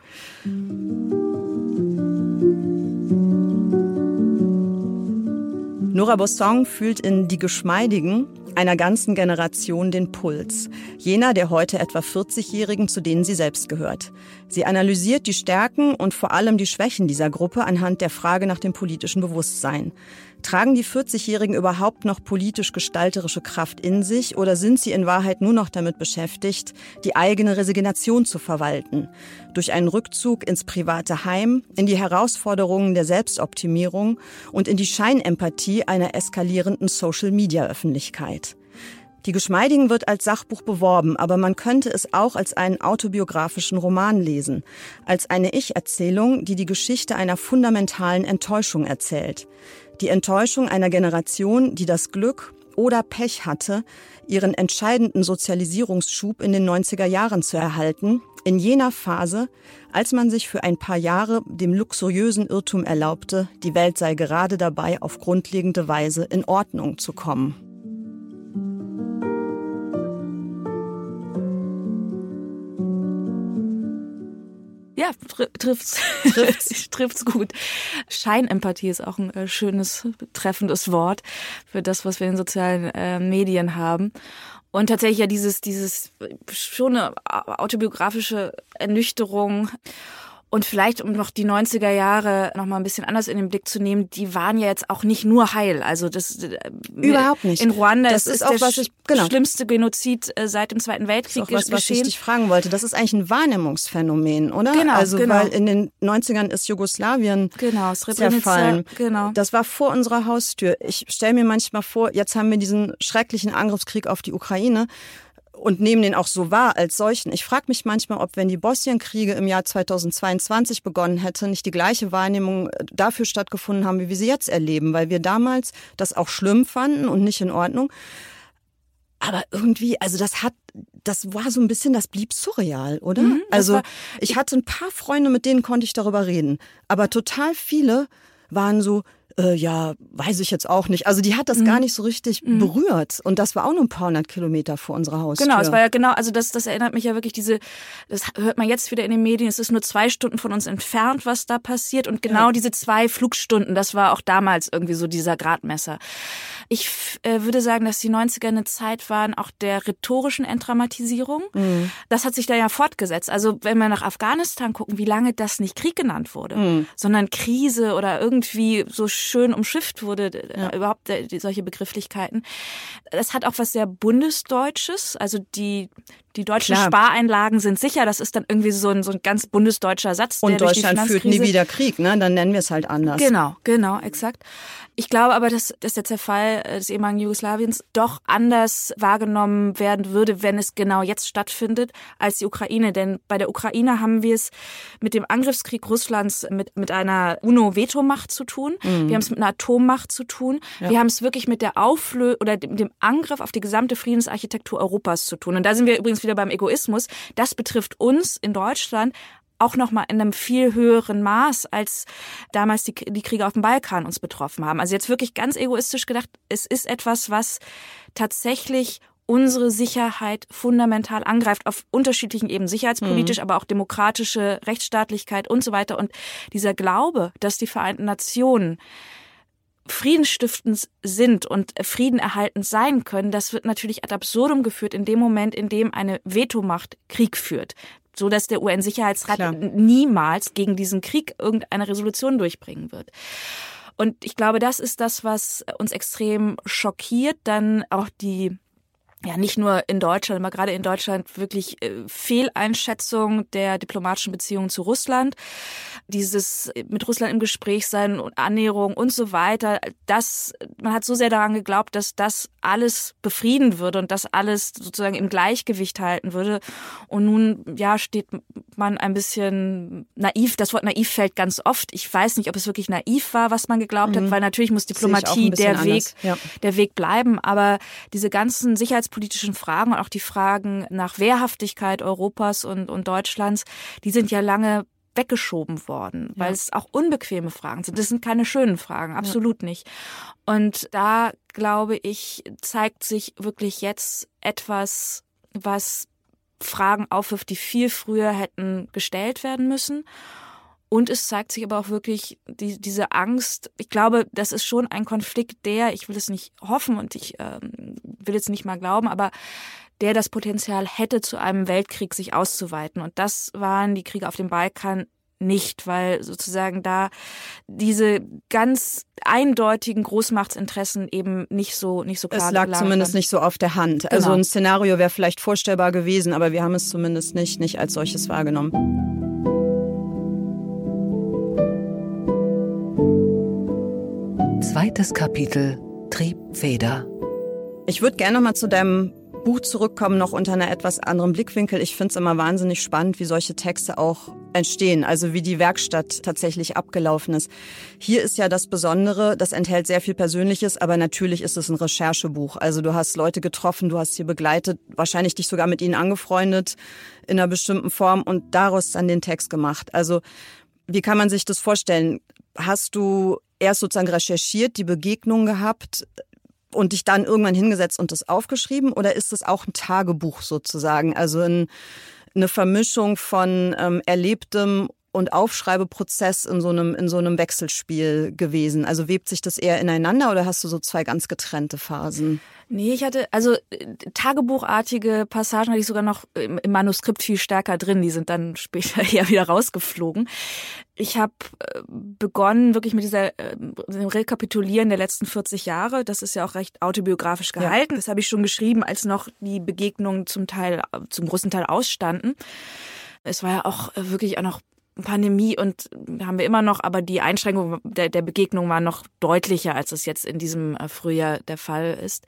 Nora Bossong fühlt in Die Geschmeidigen einer ganzen Generation den Puls. Jener der heute etwa vierzigjährigen, zu denen sie selbst gehört. Sie analysiert die Stärken und vor allem die Schwächen dieser Gruppe anhand der Frage nach dem politischen Bewusstsein. Tragen die vierzigjährigen überhaupt noch politisch-gestalterische Kraft in sich oder sind sie in Wahrheit nur noch damit beschäftigt, die eigene Resignation zu verwalten? Durch einen Rückzug ins private Heim, in die Herausforderungen der Selbstoptimierung und in die Scheinempathie einer eskalierenden Social-Media-Öffentlichkeit. Die Geschmeidigen wird als Sachbuch beworben, aber man könnte es auch als einen autobiografischen Roman lesen, als eine Ich-Erzählung, die die Geschichte einer fundamentalen Enttäuschung erzählt. Die Enttäuschung einer Generation, die das Glück oder Pech hatte, ihren entscheidenden Sozialisierungsschub in den neunziger Jahren zu erhalten, in jener Phase, als man sich für ein paar Jahre dem luxuriösen Irrtum erlaubte, die Welt sei gerade dabei, auf grundlegende Weise in Ordnung zu kommen. Ja, tr- trifft's. Trifft's. trifft's gut. Scheinempathie ist auch ein äh, schönes, treffendes Wort für das, was wir in sozialen äh, Medien haben. Und tatsächlich ja dieses, dieses schon eine autobiografische Ernüchterung. Und vielleicht, um noch die neunziger Jahre noch mal ein bisschen anders in den Blick zu nehmen, die waren ja jetzt auch nicht nur heil. Also das überhaupt nicht. In Ruanda das ist, ist ist auch der was ich, genau. schlimmste Genozid seit dem Zweiten Weltkrieg das ist auch was, geschehen. Was ich dich fragen wollte. Das ist eigentlich ein Wahrnehmungsphänomen, oder? Genau, also genau. Weil in den neunzigern ist Jugoslawien genau, zerfallen. Genau. Das war vor unserer Haustür. Ich stelle mir manchmal vor, jetzt haben wir diesen schrecklichen Angriffskrieg auf die Ukraine und nehmen den auch so wahr als solchen. Ich frage mich manchmal, ob, wenn die Bosnienkriege im Jahr zweitausendzweiundzwanzig begonnen hätte, nicht die gleiche Wahrnehmung dafür stattgefunden haben, wie wir sie jetzt erleben, weil wir damals das auch schlimm fanden und nicht in Ordnung. Aber irgendwie, also das hat, das war so ein bisschen, das blieb surreal, oder? Mhm, also war, ich hatte ein paar Freunde, mit denen konnte ich darüber reden, aber total viele waren so, Äh, ja, weiß ich jetzt auch nicht. Also die hat das mhm. gar nicht so richtig mhm. berührt. Und das war auch nur ein paar hundert Kilometer vor unserer Haustür. Genau, es war ja genau, also das, das erinnert mich ja wirklich diese, das hört man jetzt wieder in den Medien, es ist nur zwei Stunden von uns entfernt, was da passiert. Und genau ja. diese zwei Flugstunden, das war auch damals irgendwie so dieser Gradmesser. Ich äh, würde sagen, dass die neunziger eine Zeit waren auch der rhetorischen Entdramatisierung. Mhm. Das hat sich da ja fortgesetzt. Also wenn wir nach Afghanistan gucken, wie lange das nicht Krieg genannt wurde, mhm. sondern Krise oder irgendwie so schön umschifft wurde, ja. überhaupt äh, die, solche Begrifflichkeiten. Das hat auch was sehr Bundesdeutsches. Also die Die deutschen Klar. Spareinlagen sind sicher. Das ist dann irgendwie so ein, so ein ganz bundesdeutscher Satz. Und der Deutschland durch die führt nie wieder Krieg, ne? Dann nennen wir es halt anders. Genau, genau, exakt. Ich glaube aber, dass, dass der Zerfall des ehemaligen Jugoslawiens doch anders wahrgenommen werden würde, wenn es genau jetzt stattfindet, als die Ukraine. Denn bei der Ukraine haben wir es mit dem Angriffskrieg Russlands mit, mit einer UNO-Vetomacht zu tun. Mhm. Wir haben es mit einer Atommacht zu tun. Ja. Wir haben es wirklich mit der Auflösung oder dem, dem Angriff auf die gesamte Friedensarchitektur Europas zu tun. Und da sind wir übrigens wieder beim Egoismus. Das betrifft uns in Deutschland auch noch mal in einem viel höheren Maß, als damals die, die Kriege auf dem Balkan uns betroffen haben. Also jetzt wirklich ganz egoistisch gedacht, es ist etwas, was tatsächlich unsere Sicherheit fundamental angreift, auf unterschiedlichen Ebenen, sicherheitspolitisch, mhm. aber auch demokratische Rechtsstaatlichkeit und so weiter. Und dieser Glaube, dass die Vereinten Nationen friedensstiftend sind und friedenerhaltend sein können, das wird natürlich ad absurdum geführt in dem Moment, in dem eine Vetomacht Krieg führt, so dass der U N-Sicherheitsrat Klar. niemals gegen diesen Krieg irgendeine Resolution durchbringen wird. Und ich glaube, das ist das, was uns extrem schockiert, dann auch die ja nicht nur in Deutschland, aber gerade in Deutschland wirklich äh, Fehleinschätzung der diplomatischen Beziehungen zu Russland, dieses mit Russland im Gespräch sein und Annäherung und so weiter, das, man hat so sehr daran geglaubt, dass das alles befrieden würde und das alles sozusagen im Gleichgewicht halten würde. Und nun, ja, steht man ein bisschen naiv, das Wort naiv fällt ganz oft. Ich weiß nicht, ob es wirklich naiv war, was man geglaubt mhm. hat, weil natürlich muss Diplomatie der Weg, ja. der Weg bleiben, aber diese ganzen Sicherheits politischen Fragen und auch die Fragen nach Wehrhaftigkeit Europas und, und Deutschlands, die sind ja lange weggeschoben worden, weil ja. es auch unbequeme Fragen sind. Das sind keine schönen Fragen, absolut ja. nicht. Und da, glaube ich, zeigt sich wirklich jetzt etwas, was Fragen aufwirft, die viel früher hätten gestellt werden müssen. Und es zeigt sich aber auch wirklich die, diese Angst. Ich glaube, das ist schon ein Konflikt, der, ich will es nicht hoffen und ich ähm, will es nicht mal glauben, aber der das Potenzial hätte, zu einem Weltkrieg sich auszuweiten. Und das waren die Kriege auf dem Balkan nicht, weil sozusagen da diese ganz eindeutigen Großmachtsinteressen eben nicht so nicht so klar Es lag zumindest waren. Nicht so auf der Hand. Genau. Also ein Szenario wäre vielleicht vorstellbar gewesen, aber wir haben es zumindest nicht, nicht als solches wahrgenommen. Zweites Kapitel: Triebfeder. Ich würde gerne noch mal zu deinem Buch zurückkommen, noch unter einer etwas anderen Blickwinkel. Ich finde es immer wahnsinnig spannend, wie solche Texte auch entstehen, also wie die Werkstatt tatsächlich abgelaufen ist. Hier ist ja das Besondere, das enthält sehr viel Persönliches, aber natürlich ist es ein Recherchebuch. Also du hast Leute getroffen, du hast sie begleitet, wahrscheinlich dich sogar mit ihnen angefreundet in einer bestimmten Form und daraus dann den Text gemacht. Also wie kann man sich das vorstellen? Hast du erst sozusagen recherchiert, die Begegnung gehabt und dich dann irgendwann hingesetzt und das aufgeschrieben? Oder ist es auch ein Tagebuch sozusagen? Also ein, eine Vermischung von ähm, Erlebtem und Aufschreibeprozess in so einem, in so einem Wechselspiel gewesen? Also webt sich das eher ineinander oder hast du so zwei ganz getrennte Phasen? Nee, ich hatte, also tagebuchartige Passagen hatte ich sogar noch im, im Manuskript viel stärker drin. Die sind dann später eher wieder rausgeflogen. Ich habe begonnen wirklich mit dieser äh, Rekapitulieren der letzten vierzig Jahre. Das ist ja auch recht autobiografisch gehalten. Ja. Das habe ich schon geschrieben, als noch die Begegnungen zum Teil, zum großen Teil ausstanden. Es war ja auch wirklich auch noch Pandemie und haben wir immer noch, aber die Einschränkung der, der Begegnung war noch deutlicher, als es jetzt in diesem Frühjahr der Fall ist.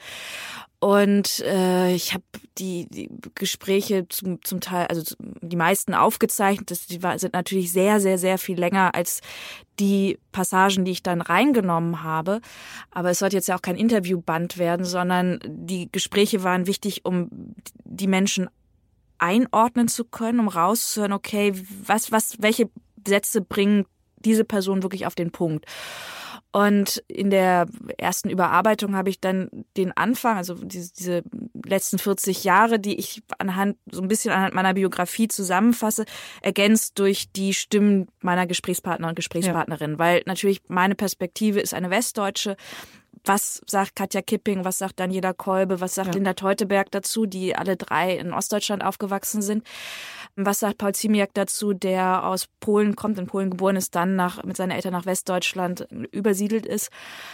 Und äh, ich habe die, die Gespräche zum, zum Teil, also die meisten aufgezeichnet. Das, die war, sind natürlich sehr, sehr, sehr viel länger als die Passagen, die ich dann reingenommen habe. Aber es sollte jetzt ja auch kein Interviewband werden, sondern die Gespräche waren wichtig, um die Menschen einordnen zu können, um rauszuhören, okay, was, was, welche Sätze bringen diese Person wirklich auf den Punkt. Und in der ersten Überarbeitung habe ich dann den Anfang, also diese, diese letzten vierzig Jahre, die ich anhand, so ein bisschen anhand meiner Biografie zusammenfasse, ergänzt durch die Stimmen meiner Gesprächspartner und Gesprächspartnerinnen. Ja. Weil natürlich meine Perspektive ist eine westdeutsche. Was sagt Katja Kipping, was sagt Daniela Kolbe, was sagt ja. Linda Teuteberg dazu, die alle drei in Ostdeutschland aufgewachsen sind? Was sagt Paul Ziemiak dazu, der aus Polen kommt, in Polen geboren ist, dann nach, mit seinen Eltern nach Westdeutschland übersiedelt ist?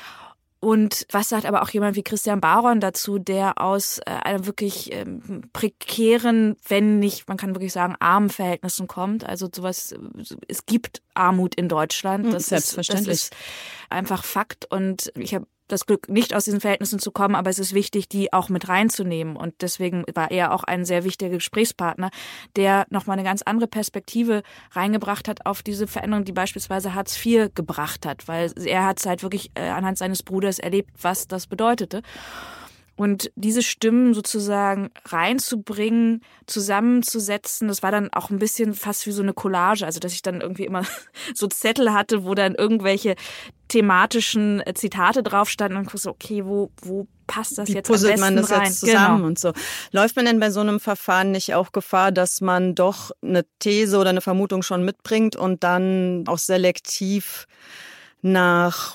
Und was sagt aber auch jemand wie Christian Baron dazu, der aus äh, einem wirklich ähm, prekären, wenn nicht, man kann wirklich sagen, armen Verhältnissen kommt. Also sowas, es gibt Armut in Deutschland. Das, Selbstverständlich. Ist, das ist einfach Fakt. Und ich habe das Glück, nicht aus diesen Verhältnissen zu kommen, aber es ist wichtig, die auch mit reinzunehmen. Und deswegen war er auch ein sehr wichtiger Gesprächspartner, der nochmal eine ganz andere Perspektive reingebracht hat auf diese Veränderung, die beispielsweise Hartz vier gebracht hat. Weil er hat es halt wirklich äh, anhand seines Bruders erlebt, was das bedeutete. Und diese Stimmen sozusagen reinzubringen, zusammenzusetzen, das war dann auch ein bisschen fast wie so eine Collage. Also dass ich dann irgendwie immer so Zettel hatte, wo dann irgendwelche thematischen Zitate drauf standen und so, okay, wo, wo passt das Wie jetzt am besten puzzelt man das rein? jetzt zusammen Genau. und so. Läuft man denn bei so einem Verfahren nicht auch Gefahr, dass man doch eine These oder eine Vermutung schon mitbringt und dann auch selektiv nach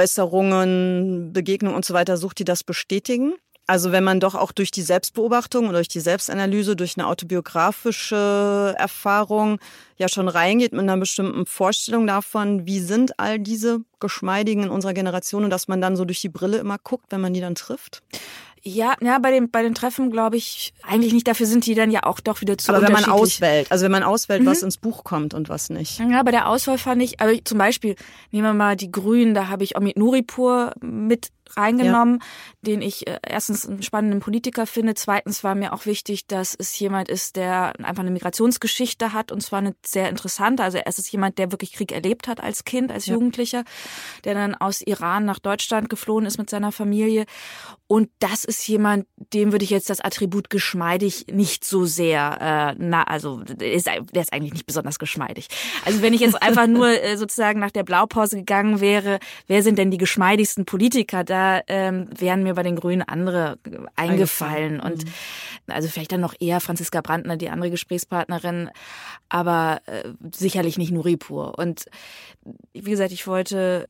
Äußerungen, Begegnungen und so weiter sucht, die das bestätigen? Also wenn man doch auch durch die Selbstbeobachtung und durch die Selbstanalyse, durch eine autobiografische Erfahrung ja schon reingeht mit einer bestimmten Vorstellung davon, wie sind all diese Geschmeidigen in unserer Generation und dass man dann so durch die Brille immer guckt, wenn man die dann trifft? Ja, ja, bei den, bei den Treffen glaube ich eigentlich nicht. Dafür sind die dann ja auch doch wieder zu Aber wenn man unterschiedlich. auswählt, also wenn man auswählt, Mhm. was ins Buch kommt und was nicht. Ja, bei der Auswahl fand ich, also zum Beispiel, nehmen wir mal die Grünen, da habe ich Omid Nuripur mit reingenommen, ja. den ich äh, erstens einen spannenden Politiker finde. Zweitens war mir auch wichtig, dass es jemand ist, der einfach eine Migrationsgeschichte hat und zwar eine sehr interessante. Also er ist jemand, der wirklich Krieg erlebt hat als Kind, als ja. Jugendlicher, der dann aus Iran nach Deutschland geflohen ist mit seiner Familie. Und das ist jemand, dem würde ich jetzt das Attribut geschmeidig nicht so sehr, äh, na, also der ist, der ist eigentlich nicht besonders geschmeidig. Also wenn ich jetzt einfach nur äh, sozusagen nach der Blaupause gegangen wäre, wer sind denn die geschmeidigsten Politiker? Da ähm, wären mir bei den Grünen andere eingefallen. Und mhm. also vielleicht dann noch eher Franziska Brandner, die andere Gesprächspartnerin, aber äh, sicherlich nicht Nuripur. Und wie gesagt, ich wollte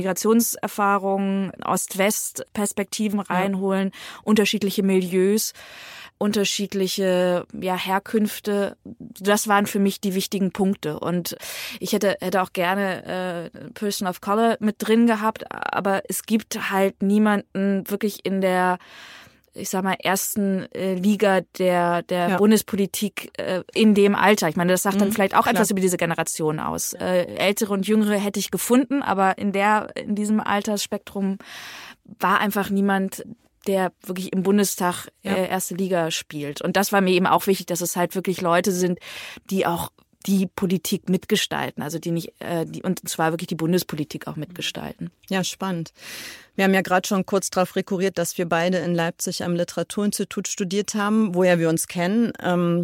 Migrationserfahrungen, Ost-West-Perspektiven reinholen, ja. unterschiedliche Milieus, unterschiedliche ja, Herkünfte. Das waren für mich die wichtigen Punkte. Und ich hätte, hätte auch gerne äh, Person of Color mit drin gehabt, aber es gibt halt niemanden wirklich in der, ich sag mal, ersten äh, Liga der der ja. Bundespolitik äh, in dem Alter. Ich meine, das sagt dann mhm, vielleicht auch klar. etwas über diese Generation aus. Äh, ältere und jüngere hätte ich gefunden, aber in der in diesem Altersspektrum war einfach niemand, der wirklich im Bundestag ja. äh, erste Liga spielt. Und das war mir eben auch wichtig, dass es halt wirklich Leute sind, die auch die Politik mitgestalten, also die nicht, äh, die, und zwar wirklich die Bundespolitik auch mitgestalten. Ja, spannend. Wir haben ja gerade schon kurz darauf rekurriert, dass wir beide in Leipzig am Literaturinstitut studiert haben, woher wir uns kennen. Ähm,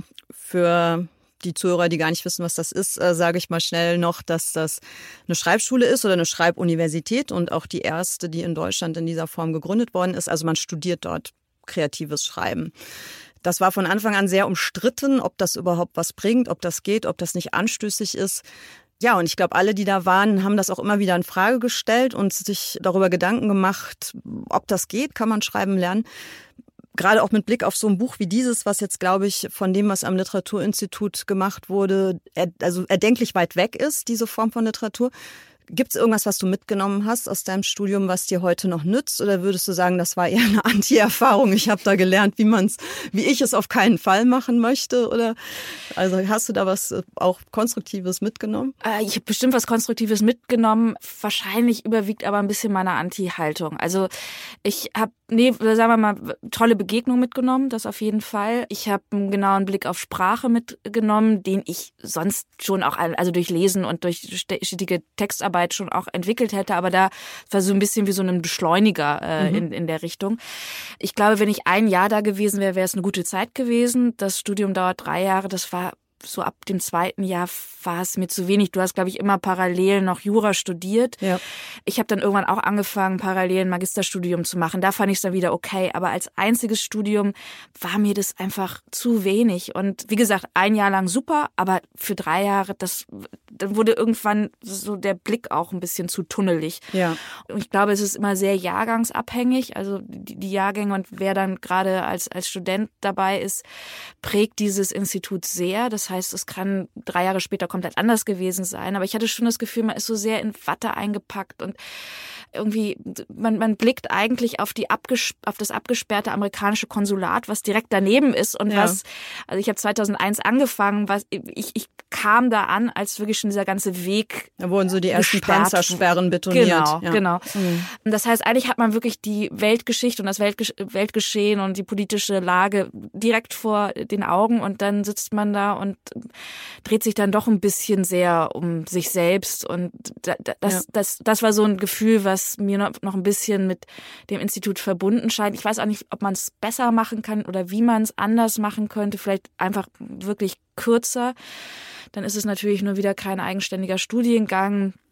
für die Zuhörer, die gar nicht wissen, was das ist, äh, sage ich mal schnell noch, dass das eine Schreibschule ist oder eine Schreibuniversität und auch die erste, die in Deutschland in dieser Form gegründet worden ist. Also man studiert dort kreatives Schreiben. Das war von Anfang an sehr umstritten, ob das überhaupt was bringt, ob das geht, ob das nicht anstößig ist. Ja, und ich glaube, alle, die da waren, haben das auch immer wieder in Frage gestellt und sich darüber Gedanken gemacht, ob das geht, kann man schreiben lernen. Gerade auch mit Blick auf so ein Buch wie dieses, was jetzt, glaube ich, von dem, was am Literaturinstitut gemacht wurde, also erdenklich weit weg ist, diese Form von Literatur. Gibt es irgendwas, was du mitgenommen hast aus deinem Studium, was dir heute noch nützt? Oder würdest du sagen, das war eher eine Anti-Erfahrung? Ich habe da gelernt, wie man's, wie ich es auf keinen Fall machen möchte. Oder also hast du da was auch Konstruktives mitgenommen? Äh, ich habe bestimmt was Konstruktives mitgenommen. Wahrscheinlich überwiegt aber ein bisschen meine Anti-Haltung. Also ich habe, nee, sagen wir mal, tolle Begegnungen mitgenommen, das auf jeden Fall. Ich habe einen genauen Blick auf Sprache mitgenommen, den ich sonst schon auch, also durch Lesen und durch stetige Textarbeit schon auch entwickelt hätte, aber da war so ein bisschen wie so ein Beschleuniger äh, mhm. in, in der Richtung. Ich glaube, wenn ich ein Jahr da gewesen wäre, wäre es eine gute Zeit gewesen. Das Studium dauert drei Jahre, das war so ab dem zweiten Jahr war es mir zu wenig. Du hast, glaube ich, immer parallel noch Jura studiert. Ja. Ich habe dann irgendwann auch angefangen, parallel ein Magisterstudium zu machen. Da fand ich es dann wieder okay. Aber als einziges Studium war mir das einfach zu wenig. Und wie gesagt, ein Jahr lang super, aber für drei Jahre, das, dann wurde irgendwann so der Blick auch ein bisschen zu tunnelig. Ja. Und ich glaube, es ist immer sehr jahrgangsabhängig. Also die, die Jahrgänge und wer dann gerade als, als Student dabei ist, prägt dieses Institut sehr. Das heißt, es kann drei Jahre später komplett anders gewesen sein. Aber ich hatte schon das Gefühl, man ist so sehr in Watte eingepackt und irgendwie, man, man blickt eigentlich auf die abges- auf das abgesperrte amerikanische Konsulat, was direkt daneben ist und ja. was, also ich habe zweitausendeins angefangen, was ich, ich kam da an, als wirklich schon dieser ganze Weg Da wurden so die ersten Panzersperren betoniert. Genau, ja. genau. Mhm. Das heißt, eigentlich hat man wirklich die Weltgeschichte und das Weltgesch- Weltgeschehen und die politische Lage direkt vor den Augen und dann sitzt man da und dreht sich dann doch ein bisschen sehr um sich selbst und das, ja. das, das war so ein Gefühl, was mir noch ein bisschen mit dem Institut verbunden scheint. Ich weiß auch nicht, ob man es besser machen kann oder wie man es anders machen könnte, vielleicht einfach wirklich kürzer. Dann ist es natürlich nur wieder kein eigenständiger Studiengang.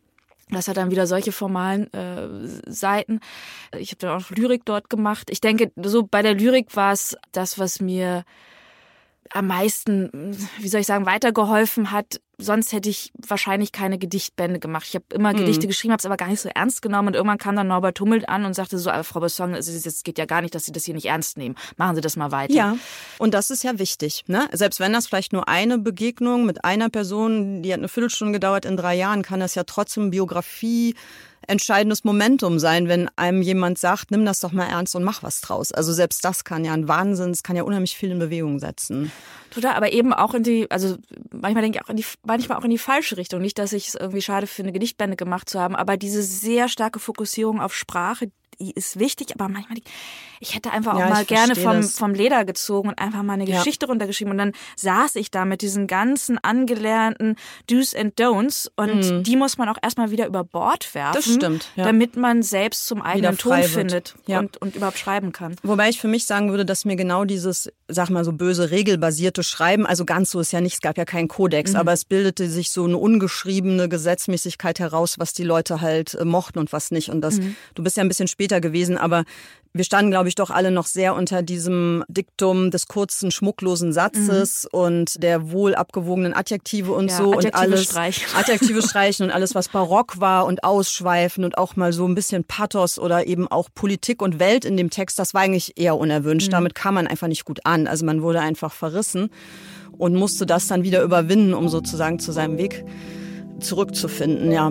Das hat dann wieder solche formalen äh, Seiten. Ich habe dann auch Lyrik dort gemacht. Ich denke, so bei der Lyrik war es das, was mir am meisten, wie soll ich sagen, weitergeholfen hat. Sonst hätte ich wahrscheinlich keine Gedichtbände gemacht. Ich habe immer mhm. Gedichte geschrieben, habe es aber gar nicht so ernst genommen. Und irgendwann kam dann Norbert Hummelt an und sagte so, Frau Besson, es geht ja gar nicht, dass Sie das hier nicht ernst nehmen. Machen Sie das mal weiter. Ja, und das ist ja wichtig, ne? Selbst wenn das vielleicht nur eine Begegnung mit einer Person, die hat eine Viertelstunde gedauert, in drei Jahren, kann das ja trotzdem Biografie entscheidendes Momentum sein, wenn einem jemand sagt, nimm das doch mal ernst und mach was draus. Also selbst das kann ja ein Wahnsinn, es kann ja unheimlich viel in Bewegung setzen. Total, aber eben auch in die, also manchmal denke ich auch in die, manchmal auch in die falsche Richtung. Nicht, dass ich es irgendwie schade finde, Gedichtbände gemacht zu haben, aber diese sehr starke Fokussierung auf Sprache, die ist wichtig, aber manchmal, ich hätte einfach auch ja, mal gerne vom, vom Leder gezogen und einfach mal eine ja. Geschichte runtergeschrieben und dann saß ich da mit diesen ganzen angelernten Do's and Don'ts und mhm. die muss man auch erstmal wieder über Bord werfen, das stimmt, ja. damit man selbst zum eigenen Ton findet ja. und, und überhaupt schreiben kann. Wobei ich für mich sagen würde, dass mir genau dieses, sag mal so böse, regelbasierte Schreiben, also ganz so ist ja nicht, es gab ja keinen Kodex, mhm. aber es bildete sich so eine ungeschriebene Gesetzmäßigkeit heraus, was die Leute halt äh, mochten und was nicht. Und das, mhm. du bist ja ein bisschen später gewesen, aber wir standen, glaube ich, doch alle noch sehr unter diesem Diktum des kurzen, schmucklosen Satzes mhm. und der wohl abgewogenen Adjektive und ja, so Adjektive und alles streichen. Adjektive streichen und alles, was barock war und ausschweifen und auch mal so ein bisschen Pathos oder eben auch Politik und Welt in dem Text, das war eigentlich eher unerwünscht. Mhm. Damit kam man einfach nicht gut an. Also man wurde einfach verrissen und musste das dann wieder überwinden, um sozusagen zu seinem Weg zurückzufinden, ja.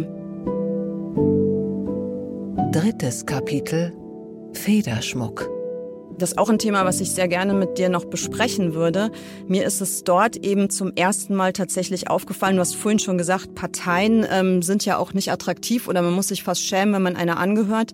Drittes Kapitel: Federschmuck. Das ist auch ein Thema, was ich sehr gerne mit dir noch besprechen würde. Mir ist es dort eben zum ersten Mal tatsächlich aufgefallen, du hast vorhin schon gesagt, Parteien ähm, sind ja auch nicht attraktiv oder man muss sich fast schämen, wenn man einer angehört.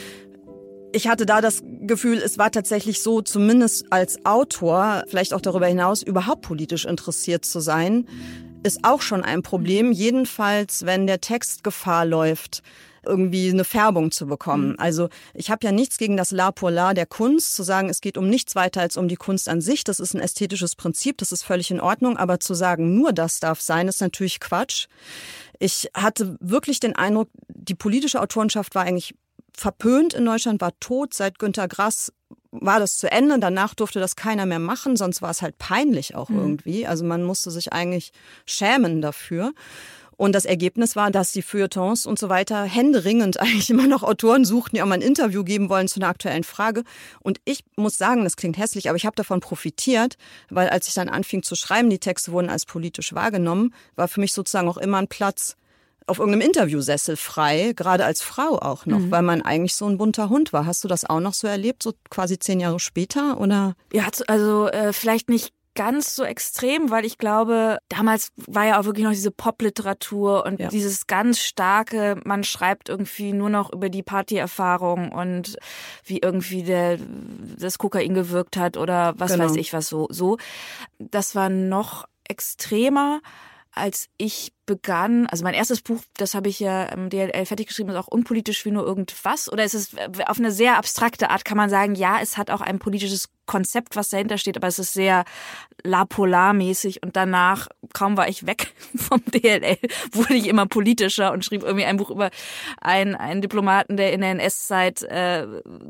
Ich hatte da das Gefühl, es war tatsächlich so, zumindest als Autor, vielleicht auch darüber hinaus, überhaupt politisch interessiert zu sein, ist auch schon ein Problem. Jedenfalls, wenn der Text Gefahr läuft, irgendwie eine Färbung zu bekommen. Also ich habe ja nichts gegen das La pour la der Kunst, zu sagen, es geht um nichts weiter als um die Kunst an sich. Das ist ein ästhetisches Prinzip, das ist völlig in Ordnung. Aber zu sagen, nur das darf sein, ist natürlich Quatsch. Ich hatte wirklich den Eindruck, die politische Autorenschaft war eigentlich verpönt in Deutschland, war tot. Seit Günter Grass war das zu Ende. Danach durfte das keiner mehr machen, sonst war es halt peinlich auch mhm. irgendwie. Also man musste sich eigentlich schämen dafür. Und das Ergebnis war, dass die Feuilletons und so weiter händeringend eigentlich immer noch Autoren suchten, die auch mal ein Interview geben wollen zu einer aktuellen Frage. Und ich muss sagen, das klingt hässlich, aber ich habe davon profitiert, weil als ich dann anfing zu schreiben, die Texte wurden als politisch wahrgenommen, war für mich sozusagen auch immer ein Platz auf irgendeinem Interviewsessel frei, gerade als Frau auch noch, mhm. weil man eigentlich so ein bunter Hund war. Hast du das auch noch so erlebt, so quasi zehn Jahre später? Oder? Ja, also äh, vielleicht nicht ganz so extrem, weil ich glaube, damals war ja auch wirklich noch diese Popliteratur und ja. dieses ganz starke, man schreibt irgendwie nur noch über die Partyerfahrung und wie irgendwie der, das Kokain gewirkt hat oder was genau. weiß ich was so. so. Das war noch extremer, als ich begann, also mein erstes Buch, das habe ich ja im D L L fertig geschrieben, ist auch unpolitisch wie nur irgendwas. Oder ist es auf eine sehr abstrakte Art, kann man sagen, ja, es hat auch ein politisches Konzept, was dahinter steht, aber es ist sehr La Polar-mäßig und danach, kaum war ich weg vom D L L, wurde ich immer politischer und schrieb irgendwie ein Buch über einen, einen Diplomaten, der in der N S-Zeit äh,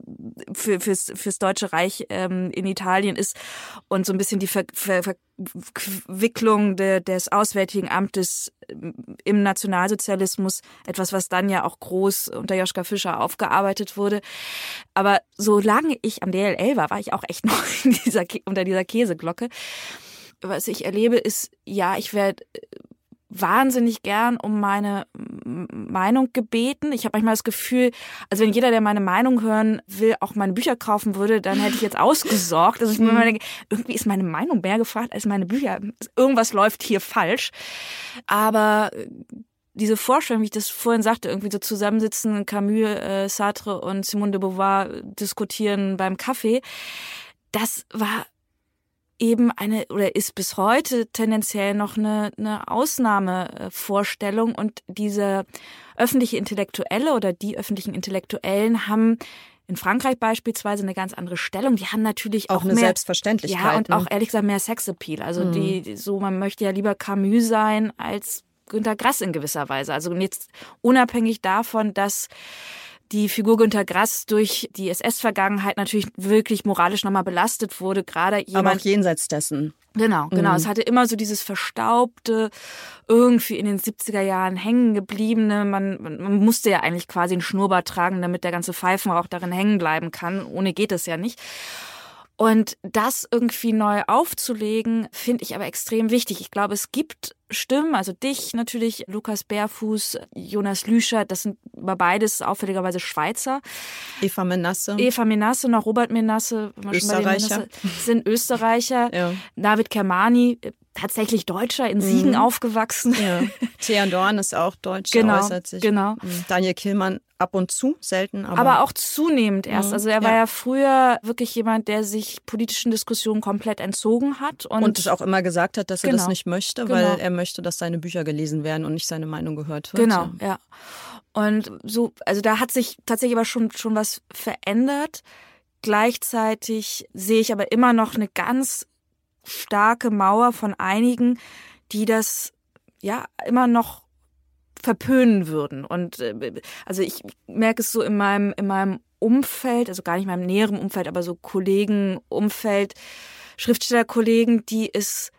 für, fürs, fürs Deutsche Reich ähm, in Italien ist und so ein bisschen die Ver, Ver, Verwicklung de, des Auswärtigen Amtes im Nationalsozialismus, etwas, was dann ja auch groß unter Joschka Fischer aufgearbeitet wurde. Aber solange ich am D L L war, war ich auch echt noch in dieser, unter dieser Käseglocke. Was ich erlebe ist, ja, ich werde wahnsinnig gern um meine Meinung gebeten. Ich habe manchmal das Gefühl, also wenn jeder, der meine Meinung hören will, auch meine Bücher kaufen würde, dann hätte ich jetzt ausgesorgt. Also ich mir immer denke, irgendwie ist meine Meinung mehr gefragt als meine Bücher. Irgendwas läuft hier falsch. Aber diese Vorstellung, wie ich das vorhin sagte, irgendwie so zusammensitzen, Camus, äh, Sartre und Simone de Beauvoir diskutieren beim Kaffee, das war eben eine oder ist bis heute tendenziell noch eine, eine Ausnahmevorstellung und diese öffentliche Intellektuelle oder die öffentlichen Intellektuellen haben in Frankreich beispielsweise eine ganz andere Stellung. Die haben natürlich auch, auch eine mehr Selbstverständlichkeit. Ja, und ne? auch ehrlich gesagt mehr Sexappeal. Also mhm. die so man möchte ja lieber Camus sein als Günter Grass in gewisser Weise. Also jetzt unabhängig davon, dass die Figur Günter Grass durch die S S-Vergangenheit natürlich wirklich moralisch nochmal belastet wurde. Gerade jemand, aber auch jenseits dessen. Genau, genau. Mhm. Es hatte immer so dieses verstaubte, irgendwie in den siebziger Jahren hängen gebliebene. Man, man, man musste ja eigentlich quasi einen Schnurrbart tragen, damit der ganze Pfeifenrauch darin hängen bleiben kann. Ohne geht es ja nicht. Und das irgendwie neu aufzulegen, finde ich aber extrem wichtig. Ich glaube, es gibt Stimmen, also dich natürlich, Lukas Bärfuß, Jonas Lüscher, das sind aber beides auffälligerweise Schweizer. Eva Menasse. Eva Menasse, noch Robert Menasse, Österreicher. Menasse, sind Österreicher. Ja. David Kermani, tatsächlich Deutscher, in Siegen mhm. aufgewachsen. Ja. Thea Dorn ist auch Deutsch, genau, äußert sich. Genau. Daniel Kielmann ab und zu, selten. Aber, aber auch zunehmend erst. Also er war ja. ja früher wirklich jemand, der sich politischen Diskussionen komplett entzogen hat. Und, und es auch immer gesagt hat, dass er genau, das nicht möchte, genau. weil er möchte, dass seine Bücher gelesen werden und nicht seine Meinung gehört wird. Genau, ja. Und so, also da hat sich tatsächlich aber schon, schon was verändert. Gleichzeitig sehe ich aber immer noch eine ganz starke Mauer von einigen, die das ja immer noch verpönen würden. Und also ich merke es so in meinem in meinem Umfeld, also gar nicht in meinem näheren Umfeld, aber so Kollegenumfeld, Schriftstellerkollegen, die es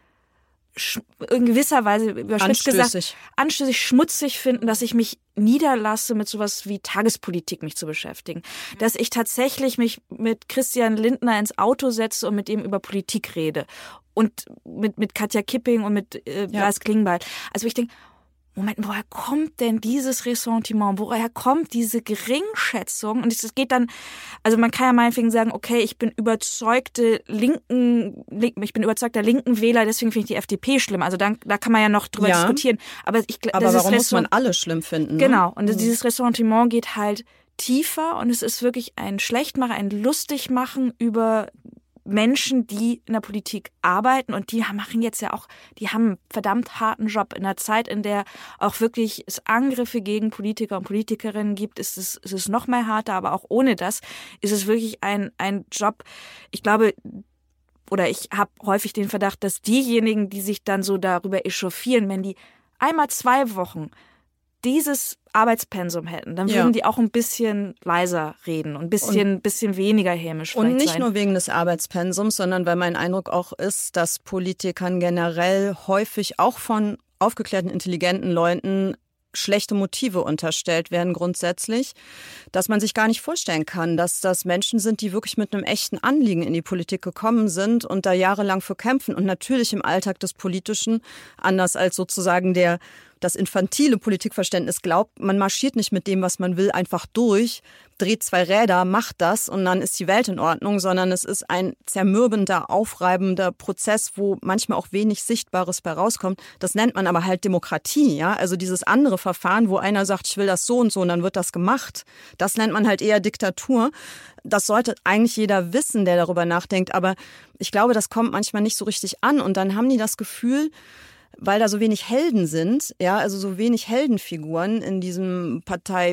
in gewisser Weise überspitzt gesagt anstößig, schmutzig finden, dass ich mich niederlasse, mit sowas wie Tagespolitik mich zu beschäftigen. Dass ich tatsächlich mich mit Christian Lindner ins Auto setze und mit ihm über Politik rede. Und mit, mit Katja Kipping und mit äh, ja. Lars Klingbeil. Also ich denke, Moment, woher kommt denn dieses Ressentiment? Woher kommt diese Geringschätzung? Und es geht dann, also man kann ja meinetwegen sagen, okay, ich bin überzeugte linken, ich bin überzeugter linken Wähler, deswegen finde ich die F D P schlimm. Also dann, da kann man ja noch drüber ja. diskutieren. Aber ich Aber das warum ist muss man alle schlimm finden? Ne? Genau. Und mhm. dieses Ressentiment geht halt tiefer und es ist wirklich ein Schlechtmachen, ein Lustigmachen über Menschen, die in der Politik arbeiten und die machen jetzt ja auch, die haben einen verdammt harten Job. In einer Zeit, in der auch wirklich es Angriffe gegen Politiker und Politikerinnen gibt, ist es, ist es noch mal härter, aber auch ohne das ist es wirklich ein, ein Job. Ich glaube, oder ich habe häufig den Verdacht, dass diejenigen, die sich dann so darüber echauffieren, wenn die einmal zwei Wochen dieses Arbeitspensum hätten, dann würden ja. die auch ein bisschen leiser reden und ein bisschen, und, bisschen weniger hämisch vielleicht Und nicht sein. nur wegen des Arbeitspensums, sondern weil mein Eindruck auch ist, dass Politikern generell häufig auch von aufgeklärten, intelligenten Leuten schlechte Motive unterstellt werden grundsätzlich, dass man sich gar nicht vorstellen kann, dass das Menschen sind, die wirklich mit einem echten Anliegen in die Politik gekommen sind und da jahrelang für kämpfen und natürlich im Alltag des Politischen, anders als sozusagen der das infantile Politikverständnis glaubt, man marschiert nicht mit dem, was man will, einfach durch, dreht zwei Räder, macht das und dann ist die Welt in Ordnung, sondern es ist ein zermürbender, aufreibender Prozess, wo manchmal auch wenig Sichtbares bei rauskommt. Das nennt man aber halt Demokratie, ja, also dieses andere Verfahren, wo einer sagt, ich will das so und so und dann wird das gemacht. Das nennt man halt eher Diktatur. Das sollte eigentlich jeder wissen, der darüber nachdenkt, aber ich glaube, das kommt manchmal nicht so richtig an und dann haben die das Gefühl, weil da so wenig Helden sind, ja, also so wenig Heldenfiguren in diesem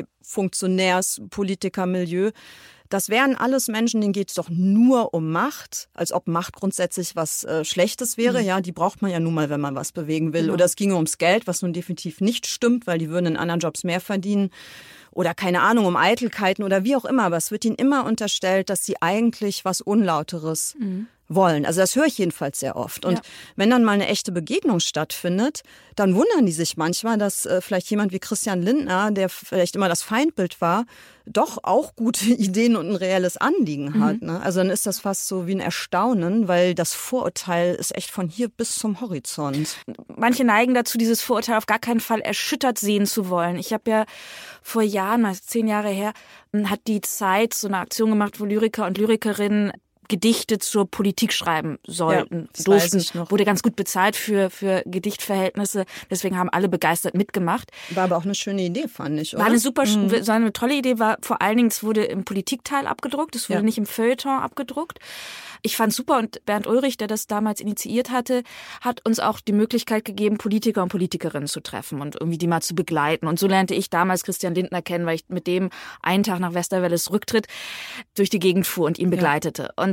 Parteifunktionärs-Politiker-Milieu, das wären alles Menschen, denen geht es doch nur um Macht, als ob Macht grundsätzlich was äh, Schlechtes wäre. Mhm. Ja, die braucht man ja nun mal, wenn man was bewegen will. Genau. Oder es ginge ums Geld, was nun definitiv nicht stimmt, weil die würden in anderen Jobs mehr verdienen. Oder keine Ahnung, um Eitelkeiten oder wie auch immer. Aber es wird ihnen immer unterstellt, dass sie eigentlich was Unlauteres mhm. wollen. Also das höre ich jedenfalls sehr oft. Und ja. wenn dann mal eine echte Begegnung stattfindet, dann wundern die sich manchmal, dass äh, vielleicht jemand wie Christian Lindner, der vielleicht immer das Feindbild war, doch auch gute Ideen und ein reelles Anliegen hat. Mhm. Ne? Also dann ist das fast so wie ein Erstaunen, weil das Vorurteil ist echt von hier bis zum Horizont. Manche neigen dazu, dieses Vorurteil auf gar keinen Fall erschüttert sehen zu wollen. Ich habe ja vor Jahren, also zehn Jahre her, hat die Zeit so eine Aktion gemacht, wo Lyriker und Lyrikerinnen Gedichte zur Politik schreiben sollten, ja, durften, wurde ganz gut bezahlt für für Gedichtverhältnisse, deswegen haben alle begeistert mitgemacht. War aber auch eine schöne Idee, fand ich, oder? War eine super, mhm. so eine tolle Idee, war vor allen Dingen, es wurde im Politikteil abgedruckt, es wurde ja. nicht im Feuilleton abgedruckt. Ich fand super und Bernd Ulrich, der das damals initiiert hatte, hat uns auch die Möglichkeit gegeben, Politiker und Politikerinnen zu treffen und irgendwie die mal zu begleiten. Und so lernte ich damals Christian Lindner kennen, weil ich mit dem einen Tag nach Westerwelles Rücktritt durch die Gegend fuhr und ihn begleitete. Ja. Und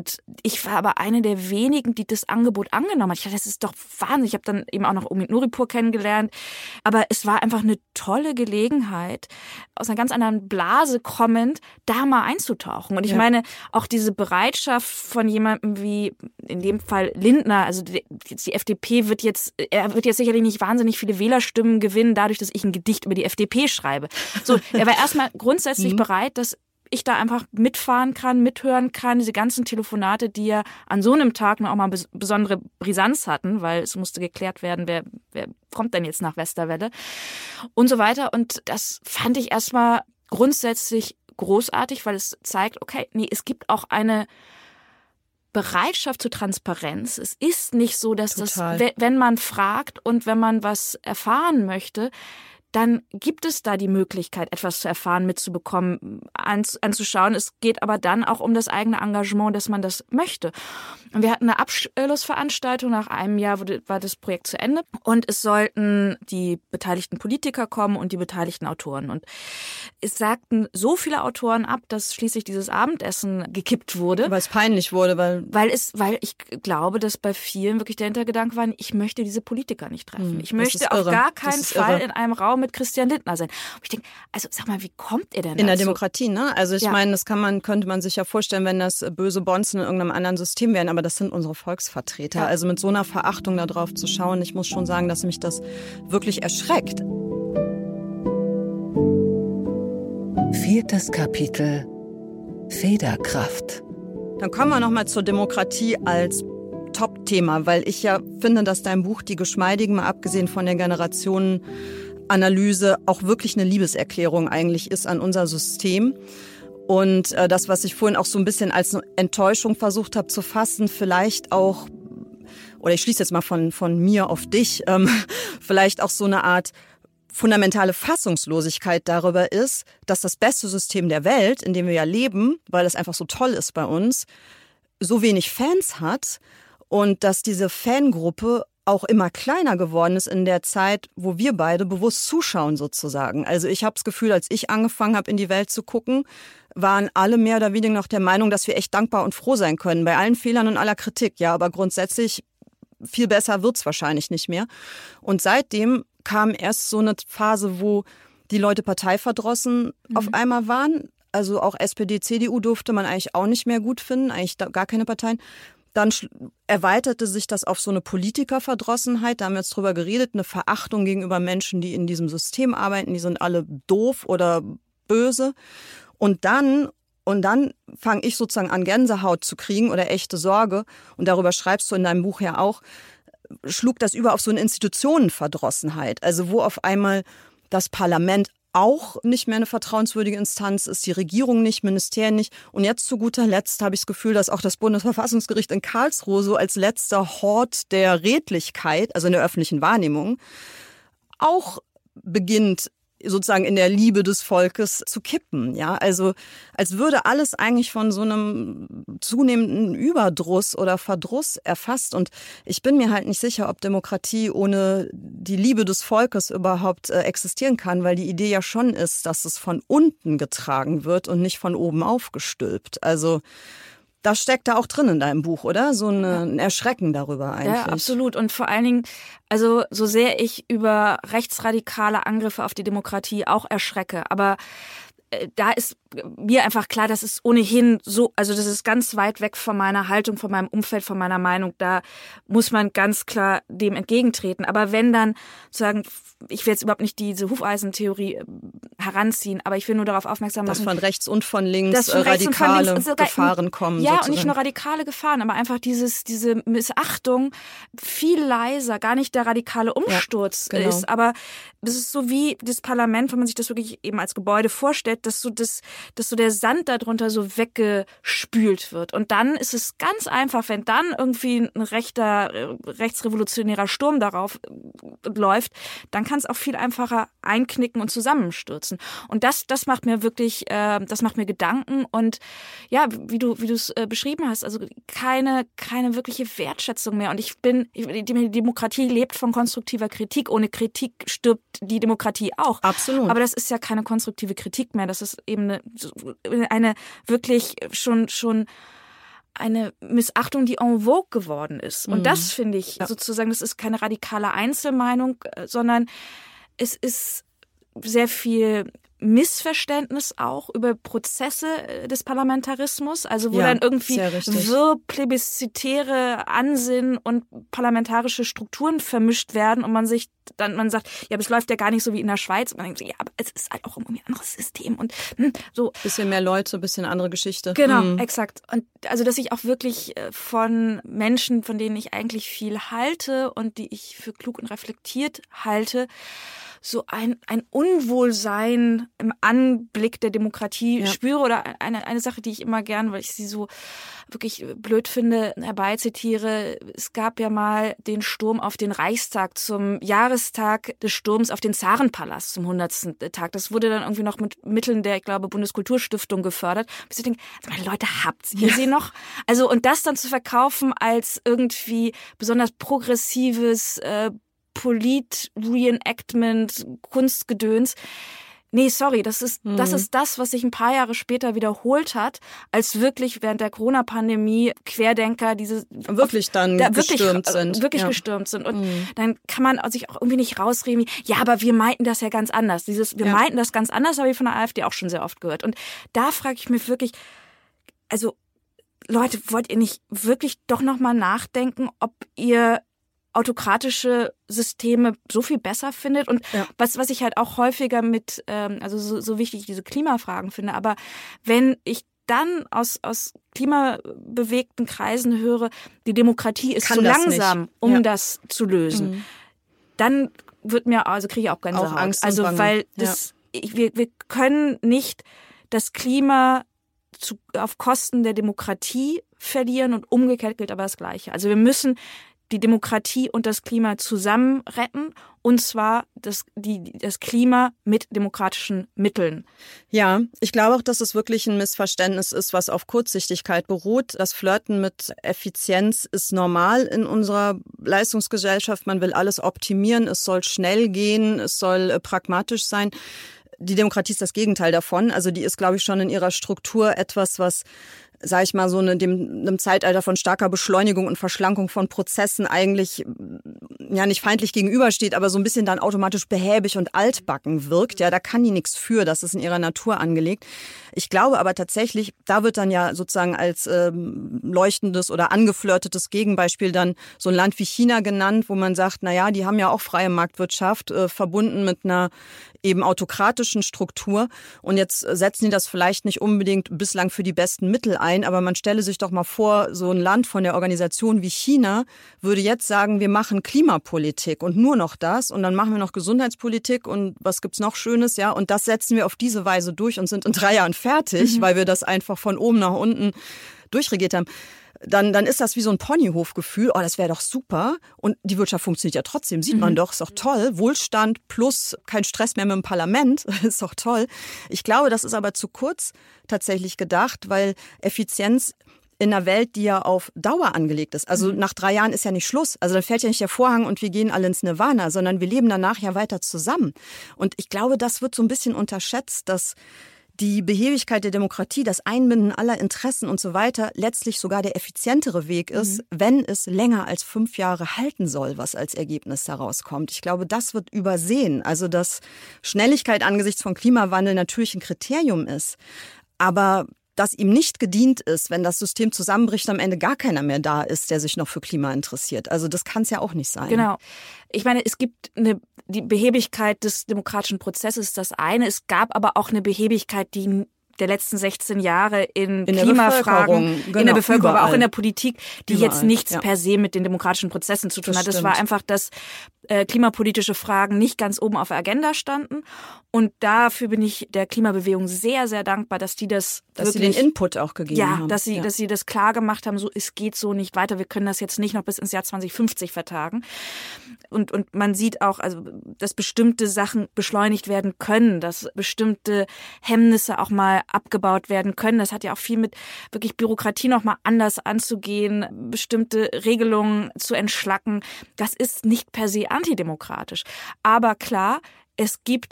Und ich war aber eine der wenigen, die das Angebot angenommen hat. Ich dachte, das ist doch Wahnsinn. Ich habe dann eben auch noch Omid Nuripur kennengelernt. Aber es war einfach eine tolle Gelegenheit, aus einer ganz anderen Blase kommend, da mal einzutauchen. Und ich ja. meine, auch diese Bereitschaft von jemandem wie, in dem Fall Lindner, also die, die F D P wird jetzt, er wird jetzt sicherlich nicht wahnsinnig viele Wählerstimmen gewinnen, dadurch, dass ich ein Gedicht über die F D P schreibe. So, er war erstmal grundsätzlich mhm. bereit, dass ich da einfach mitfahren kann, mithören kann, diese ganzen Telefonate, die ja an so einem Tag noch auch mal bes- besondere Brisanz hatten, weil es musste geklärt werden, wer, wer kommt denn jetzt nach Westerwelle und so weiter. Und das fand ich erstmal grundsätzlich großartig, weil es zeigt, okay, nee, es gibt auch eine Bereitschaft zur Transparenz. Es ist nicht so, dass Total. das, wenn man fragt und wenn man was erfahren möchte, dann gibt es da die Möglichkeit, etwas zu erfahren, mitzubekommen, anzuschauen. Es geht aber dann auch um das eigene Engagement, dass man das möchte. Und wir hatten eine Abschlussveranstaltung. Nach einem Jahr war das Projekt zu Ende. Und es sollten die beteiligten Politiker kommen und die beteiligten Autoren. Und es sagten so viele Autoren ab, dass schließlich dieses Abendessen gekippt wurde. Weil es peinlich wurde. Weil weil es, weil ich glaube, dass bei vielen wirklich der Hintergedanke war, ich möchte diese Politiker nicht treffen. Ich möchte auf gar keinen Fall irre. in einem Raum mit Christian Lindner sein. Und ich denke, also sag mal, wie kommt ihr denn dazu? In der Demokratie, ne? Also ich ja. meine, das kann man, könnte man sich ja vorstellen, wenn das böse Bonzen in irgendeinem anderen System wären, aber das sind unsere Volksvertreter. Ja. Also mit so einer Verachtung da drauf zu schauen, ich muss schon sagen, dass mich das wirklich erschreckt. Viertes Kapitel: Federkraft. Dann kommen wir nochmal zur Demokratie als Top-Thema, weil ich ja finde, dass dein Buch Die Geschmeidigen, mal abgesehen von der Generationenanalyse, auch wirklich eine Liebeserklärung eigentlich ist an unser System. Und äh, das, was ich vorhin auch so ein bisschen als eine Enttäuschung versucht habe zu fassen, vielleicht auch, oder ich schließe jetzt mal von, von mir auf dich, ähm, vielleicht auch so eine Art fundamentale Fassungslosigkeit darüber ist, dass das beste System der Welt, in dem wir ja leben, weil es einfach so toll ist bei uns, so wenig Fans hat und dass diese Fangruppe auch immer kleiner geworden ist in der Zeit, wo wir beide bewusst zuschauen sozusagen. Also ich habe das Gefühl, als ich angefangen habe, in die Welt zu gucken, waren alle mehr oder weniger noch der Meinung, dass wir echt dankbar und froh sein können. Bei allen Fehlern und aller Kritik, ja, aber grundsätzlich viel besser wird's wahrscheinlich nicht mehr. Und seitdem kam erst so eine Phase, wo die Leute parteiverdrossen mhm. auf einmal waren. Also auch S P D, C D U durfte man eigentlich auch nicht mehr gut finden, eigentlich gar keine Parteien. Dann erweiterte sich das auf so eine Politikerverdrossenheit, da haben wir jetzt drüber geredet, eine Verachtung gegenüber Menschen, die in diesem System arbeiten, die sind alle doof oder böse. Und dann, und dann fange ich sozusagen an, Gänsehaut zu kriegen oder echte Sorge, und darüber schreibst du in deinem Buch ja auch, schlug das über auf so eine Institutionenverdrossenheit, also wo auf einmal das Parlament auch nicht mehr eine vertrauenswürdige Instanz ist, die Regierung nicht, Ministerien nicht. Und jetzt zu guter Letzt habe ich das Gefühl, dass auch das Bundesverfassungsgericht in Karlsruhe so als letzter Hort der Redlichkeit, also in der öffentlichen Wahrnehmung, auch beginnt, sozusagen in der Liebe des Volkes zu kippen. Ja, also als würde alles eigentlich von so einem zunehmenden Überdruss oder Verdruss erfasst. Und ich bin mir halt nicht sicher, ob Demokratie ohne die Liebe des Volkes überhaupt äh, existieren kann, weil die Idee ja schon ist, dass es von unten getragen wird und nicht von oben aufgestülpt. Also das steckt da auch drin in deinem Buch, oder? So eine, ein Erschrecken darüber eigentlich. Ja, absolut. Und vor allen Dingen, also so sehr ich über rechtsradikale Angriffe auf die Demokratie auch erschrecke, aber äh, da ist mir einfach klar, das ist ohnehin so, also das ist ganz weit weg von meiner Haltung, von meinem Umfeld, von meiner Meinung. Da muss man ganz klar dem entgegentreten. Aber wenn dann sagen, ich will jetzt überhaupt nicht diese Hufeisentheorie heranziehen, aber ich will nur darauf aufmerksam machen, dass von rechts und von links von radikale von links, Gefahren kommen. Ja, sozusagen. Und nicht nur radikale Gefahren, aber einfach dieses, diese Missachtung viel leiser, gar nicht der radikale Umsturz ja, genau. ist, aber das ist so wie das Parlament, wenn man sich das wirklich eben als Gebäude vorstellt, dass so das dass so der Sand darunter so weggespült wird. Und dann ist es ganz einfach, wenn dann irgendwie ein rechter, rechtsrevolutionärer Sturm darauf läuft, dann kann es auch viel einfacher einknicken und zusammenstürzen. Und das, das macht mir wirklich, äh, das macht mir Gedanken. Und ja, wie du, wie du es äh, beschrieben hast, also keine, keine wirkliche Wertschätzung mehr. Und ich bin, die Demokratie lebt von konstruktiver Kritik. Ohne Kritik stirbt die Demokratie auch. Absolut. Aber das ist ja keine konstruktive Kritik mehr. Das ist eben eine, eine wirklich schon, schon eine Missachtung, die en vogue geworden ist. Und Mhm. das finde ich Ja. sozusagen, das ist keine radikale Einzelmeinung, sondern es ist sehr viel Missverständnis auch über Prozesse des Parlamentarismus, also wo Ja, dann irgendwie sehr richtig. wirr plebiszitäre Ansinnen und parlamentarische Strukturen vermischt werden und man sich dann, man sagt, ja, aber es läuft ja gar nicht so wie in der Schweiz. Und man denkt, ja, aber es ist halt auch irgendwie ein anderes System und hm, so. Bisschen mehr Leute, bisschen andere Geschichte. Genau, Mhm. exakt. Und also, dass ich auch wirklich äh, von Menschen, von denen ich eigentlich viel halte und die ich für klug und reflektiert halte, so ein, ein Unwohlsein im Anblick der Demokratie Ja. spüre. Oder eine, eine Sache, die ich immer gern, weil ich sie so wirklich blöd finde, herbeizitiere. Es gab ja mal den Sturm auf den Reichstag zum Jahrestag des Sturms auf den Zarenpalast zum hundertsten Tag. Das wurde dann irgendwie noch mit Mitteln der, ich glaube, Bundeskulturstiftung gefördert. Ich denke, meine Leute, habt ihr sie noch? Also, und das dann zu verkaufen als irgendwie besonders progressives äh, Polit-Reenactment, Kunstgedöns. Nee, sorry, das ist, mhm. das ist das, was sich ein paar Jahre später wiederholt hat, als wirklich während der Corona-Pandemie Querdenker diese wirklich dann da gestürmt wirklich, sind. Wirklich ja. gestürmt sind. Und mhm. dann kann man sich auch irgendwie nicht rausreden, wie, ja, aber wir meinten das ja ganz anders. Dieses, wir ja. meinten das ganz anders, habe ich von der AfD auch schon sehr oft gehört. Und da frage ich mich wirklich, also Leute, wollt ihr nicht wirklich doch nochmal nachdenken, ob ihr autokratische Systeme so viel besser findet und ja. was was ich halt auch häufiger mit, ähm, also so, so wichtig diese Klimafragen finde, aber wenn ich dann aus aus klimabewegten Kreisen höre, die Demokratie ist Kann zu langsam, nicht. um ja. das zu lösen, mhm. dann wird mir, also kriege ich auch Gänsehaut. Auch Angst und also Bange. weil das, ja. ich, wir, wir können nicht das Klima zu, auf Kosten der Demokratie verlieren und umgekehrt gilt aber das Gleiche. Also wir müssen die Demokratie und das Klima zusammen retten, und zwar das, die, das Klima mit demokratischen Mitteln. Ja, ich glaube auch, dass es wirklich ein Missverständnis ist, was auf Kurzsichtigkeit beruht. Das Flirten mit Effizienz ist normal in unserer Leistungsgesellschaft. Man will alles optimieren, es soll schnell gehen, es soll äh, pragmatisch sein. Die Demokratie ist das Gegenteil davon. Also die ist, glaube ich, schon in ihrer Struktur etwas, was, sage ich mal, so eine, dem, einem Zeitalter von starker Beschleunigung und Verschlankung von Prozessen eigentlich ja nicht feindlich gegenübersteht, aber so ein bisschen dann automatisch behäbig und altbacken wirkt. Ja, da kann die nichts für, das ist in ihrer Natur angelegt. Ich glaube aber tatsächlich, da wird dann ja sozusagen als ähm, leuchtendes oder angeflirtetes Gegenbeispiel dann so ein Land wie China genannt, wo man sagt, na ja, die haben ja auch freie Marktwirtschaft, äh, verbunden mit einer eben autokratischen Struktur. Und jetzt setzen die das vielleicht nicht unbedingt bislang für die besten Mittel ein, aber man stelle sich doch mal vor, so ein Land von der Organisation wie China würde jetzt sagen, wir machen Klimapolitik und nur noch das und dann machen wir noch Gesundheitspolitik und was gibt's noch Schönes, ja, und das setzen wir auf diese Weise durch und sind in drei Jahren fertig, mhm. weil wir das einfach von oben nach unten durchregiert haben. Dann, dann ist das wie so ein Ponyhofgefühl, oh, das wäre doch super. Und die Wirtschaft funktioniert ja trotzdem, sieht man mhm. doch, ist doch toll. Wohlstand plus kein Stress mehr mit dem Parlament, ist doch toll. Ich glaube, das ist aber zu kurz tatsächlich gedacht, weil Effizienz in einer Welt, die ja auf Dauer angelegt ist. Also mhm. nach drei Jahren ist ja nicht Schluss. Also dann fällt ja nicht der Vorhang und wir gehen alle ins Nirvana, sondern wir leben danach ja weiter zusammen. Und ich glaube, das wird so ein bisschen unterschätzt, dass die Behebigkeit der Demokratie, das Einbinden aller Interessen und so weiter letztlich sogar der effizientere Weg ist, mhm. wenn es länger als fünf Jahre halten soll, was als Ergebnis herauskommt. Ich glaube, das wird übersehen. Also, dass Schnelligkeit angesichts von Klimawandel natürlich ein Kriterium ist, aber dass ihm nicht gedient ist, wenn das System zusammenbricht, am Ende gar keiner mehr da ist, der sich noch für Klima interessiert. Also das kann es ja auch nicht sein. Genau. Ich meine, es gibt eine, die Behebigkeit des demokratischen Prozesses, das eine. Es gab aber auch eine Behebigkeit, die der letzten sechzehn Jahre in, in Klimafragen, genau, in der Bevölkerung, überall. Aber auch in der Politik, die überall. Jetzt nichts ja. per se mit den demokratischen Prozessen zu tun das hat. Das stimmt. War einfach, dass äh, klimapolitische Fragen nicht ganz oben auf der Agenda standen. Und dafür bin ich der Klimabewegung sehr, sehr dankbar, dass die das dass wirklich, sie den Input auch gegeben ja, haben. Dass sie, ja, dass sie das klar gemacht haben, so es geht so nicht weiter. Wir können das jetzt nicht noch bis ins Jahr zwanzig fünfzig vertagen. Und, und man sieht auch, also, dass bestimmte Sachen beschleunigt werden können, dass bestimmte Hemmnisse auch mal abgebaut werden können. Das hat ja auch viel mit wirklich Bürokratie noch mal anders anzugehen, bestimmte Regelungen zu entschlacken. Das ist nicht per se antidemokratisch. Aber klar, es gibt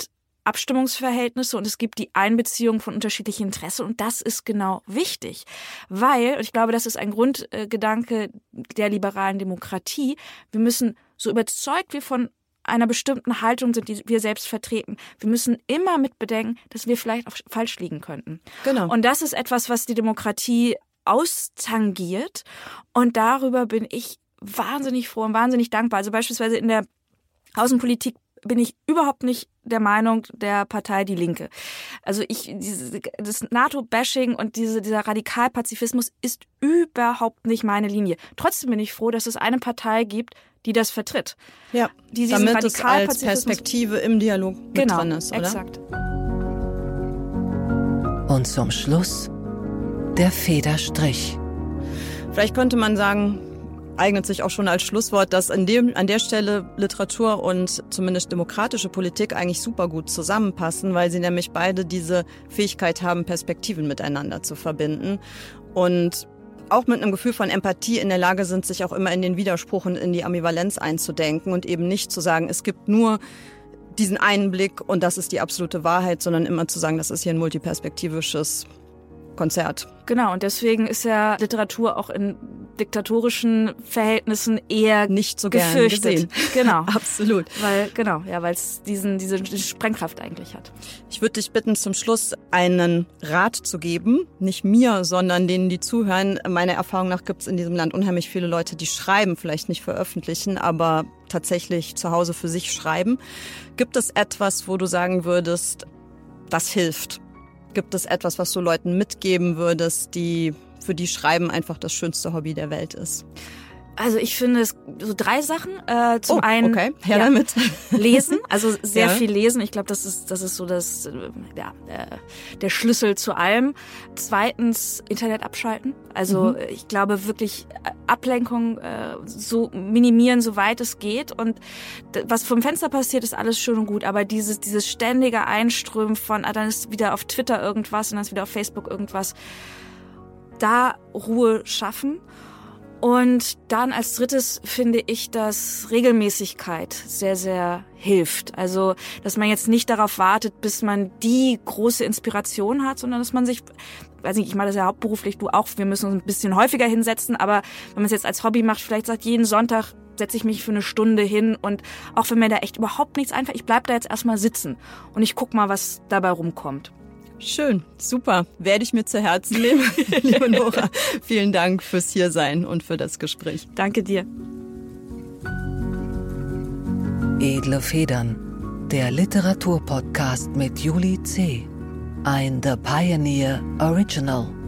Abstimmungsverhältnisse und es gibt die Einbeziehung von unterschiedlichen Interessen und das ist genau wichtig, weil, und ich glaube, das ist ein Grundgedanke der liberalen Demokratie, wir müssen, so überzeugt wir von einer bestimmten Haltung sind, die wir selbst vertreten, wir müssen immer mit bedenken, dass wir vielleicht auch falsch liegen könnten. Genau. Und das ist etwas, was die Demokratie austangiert und darüber bin ich wahnsinnig froh und wahnsinnig dankbar. Also beispielsweise in der Außenpolitik bin ich überhaupt nicht der Meinung der Partei Die Linke. Also ich, diese, das NATO-Bashing und diese, dieser Radikalpazifismus ist überhaupt nicht meine Linie. Trotzdem bin ich froh, dass es eine Partei gibt, die das vertritt. Ja, die damit es als Perspektive im Dialog mit genau, drin ist, oder? Exakt. Und zum Schluss der Federstrich. Vielleicht könnte man sagen, eignet sich auch schon als Schlusswort, dass an, dem, an der Stelle Literatur und zumindest demokratische Politik eigentlich super gut zusammenpassen, weil sie nämlich beide diese Fähigkeit haben, Perspektiven miteinander zu verbinden und auch mit einem Gefühl von Empathie in der Lage sind, sich auch immer in den Widerspruch und in die Ambivalenz einzudenken und eben nicht zu sagen, es gibt nur diesen einen Blick und das ist die absolute Wahrheit, sondern immer zu sagen, das ist hier ein multiperspektivisches Konzert. Genau, und deswegen ist ja Literatur auch in diktatorischen Verhältnissen eher nicht so gern gefürchtet. Gesehen. Genau. Absolut. Weil, genau, ja, weil es diesen, diese Sprengkraft eigentlich hat. Ich würde dich bitten, zum Schluss einen Rat zu geben. Nicht mir, sondern denen, die zuhören. Meiner Erfahrung nach gibt es in diesem Land unheimlich viele Leute, die schreiben, vielleicht nicht veröffentlichen, aber tatsächlich zu Hause für sich schreiben. Gibt es etwas, wo du sagen würdest, das hilft? Gibt es etwas, was du Leuten mitgeben würdest, die für die Schreiben einfach das schönste Hobby der Welt ist? Also ich finde es so drei Sachen. Äh, zum oh, einen okay. Her ja, damit. Lesen, also sehr ja. viel lesen. Ich glaube, das ist das ist so das ja, äh, der Schlüssel zu allem. Zweitens Internet abschalten. Also mhm. ich glaube wirklich Ablenkung äh, so minimieren, soweit es geht. Und was vom Fenster passiert, ist alles schön und gut. Aber dieses dieses ständige Einströmen von, ah, dann ist wieder auf Twitter irgendwas und dann ist wieder auf Facebook irgendwas. Da Ruhe schaffen. Und dann als drittes finde ich, dass Regelmäßigkeit sehr, sehr hilft. Also, dass man jetzt nicht darauf wartet, bis man die große Inspiration hat, sondern dass man sich, weiß nicht, ich mache das ja hauptberuflich, du auch, wir müssen uns ein bisschen häufiger hinsetzen, aber wenn man es jetzt als Hobby macht, vielleicht sagt, jeden Sonntag setze ich mich für eine Stunde hin und auch wenn mir da echt überhaupt nichts einfällt, ich bleib da jetzt erstmal sitzen und ich guck mal, was dabei rumkommt. Schön, super. Werde ich mir zu Herzen nehmen. Liebe Nora, vielen Dank fürs Hiersein und für das Gespräch. Danke dir. Edle Federn, der Literaturpodcast mit Julie C. Ein The Pioneer Original.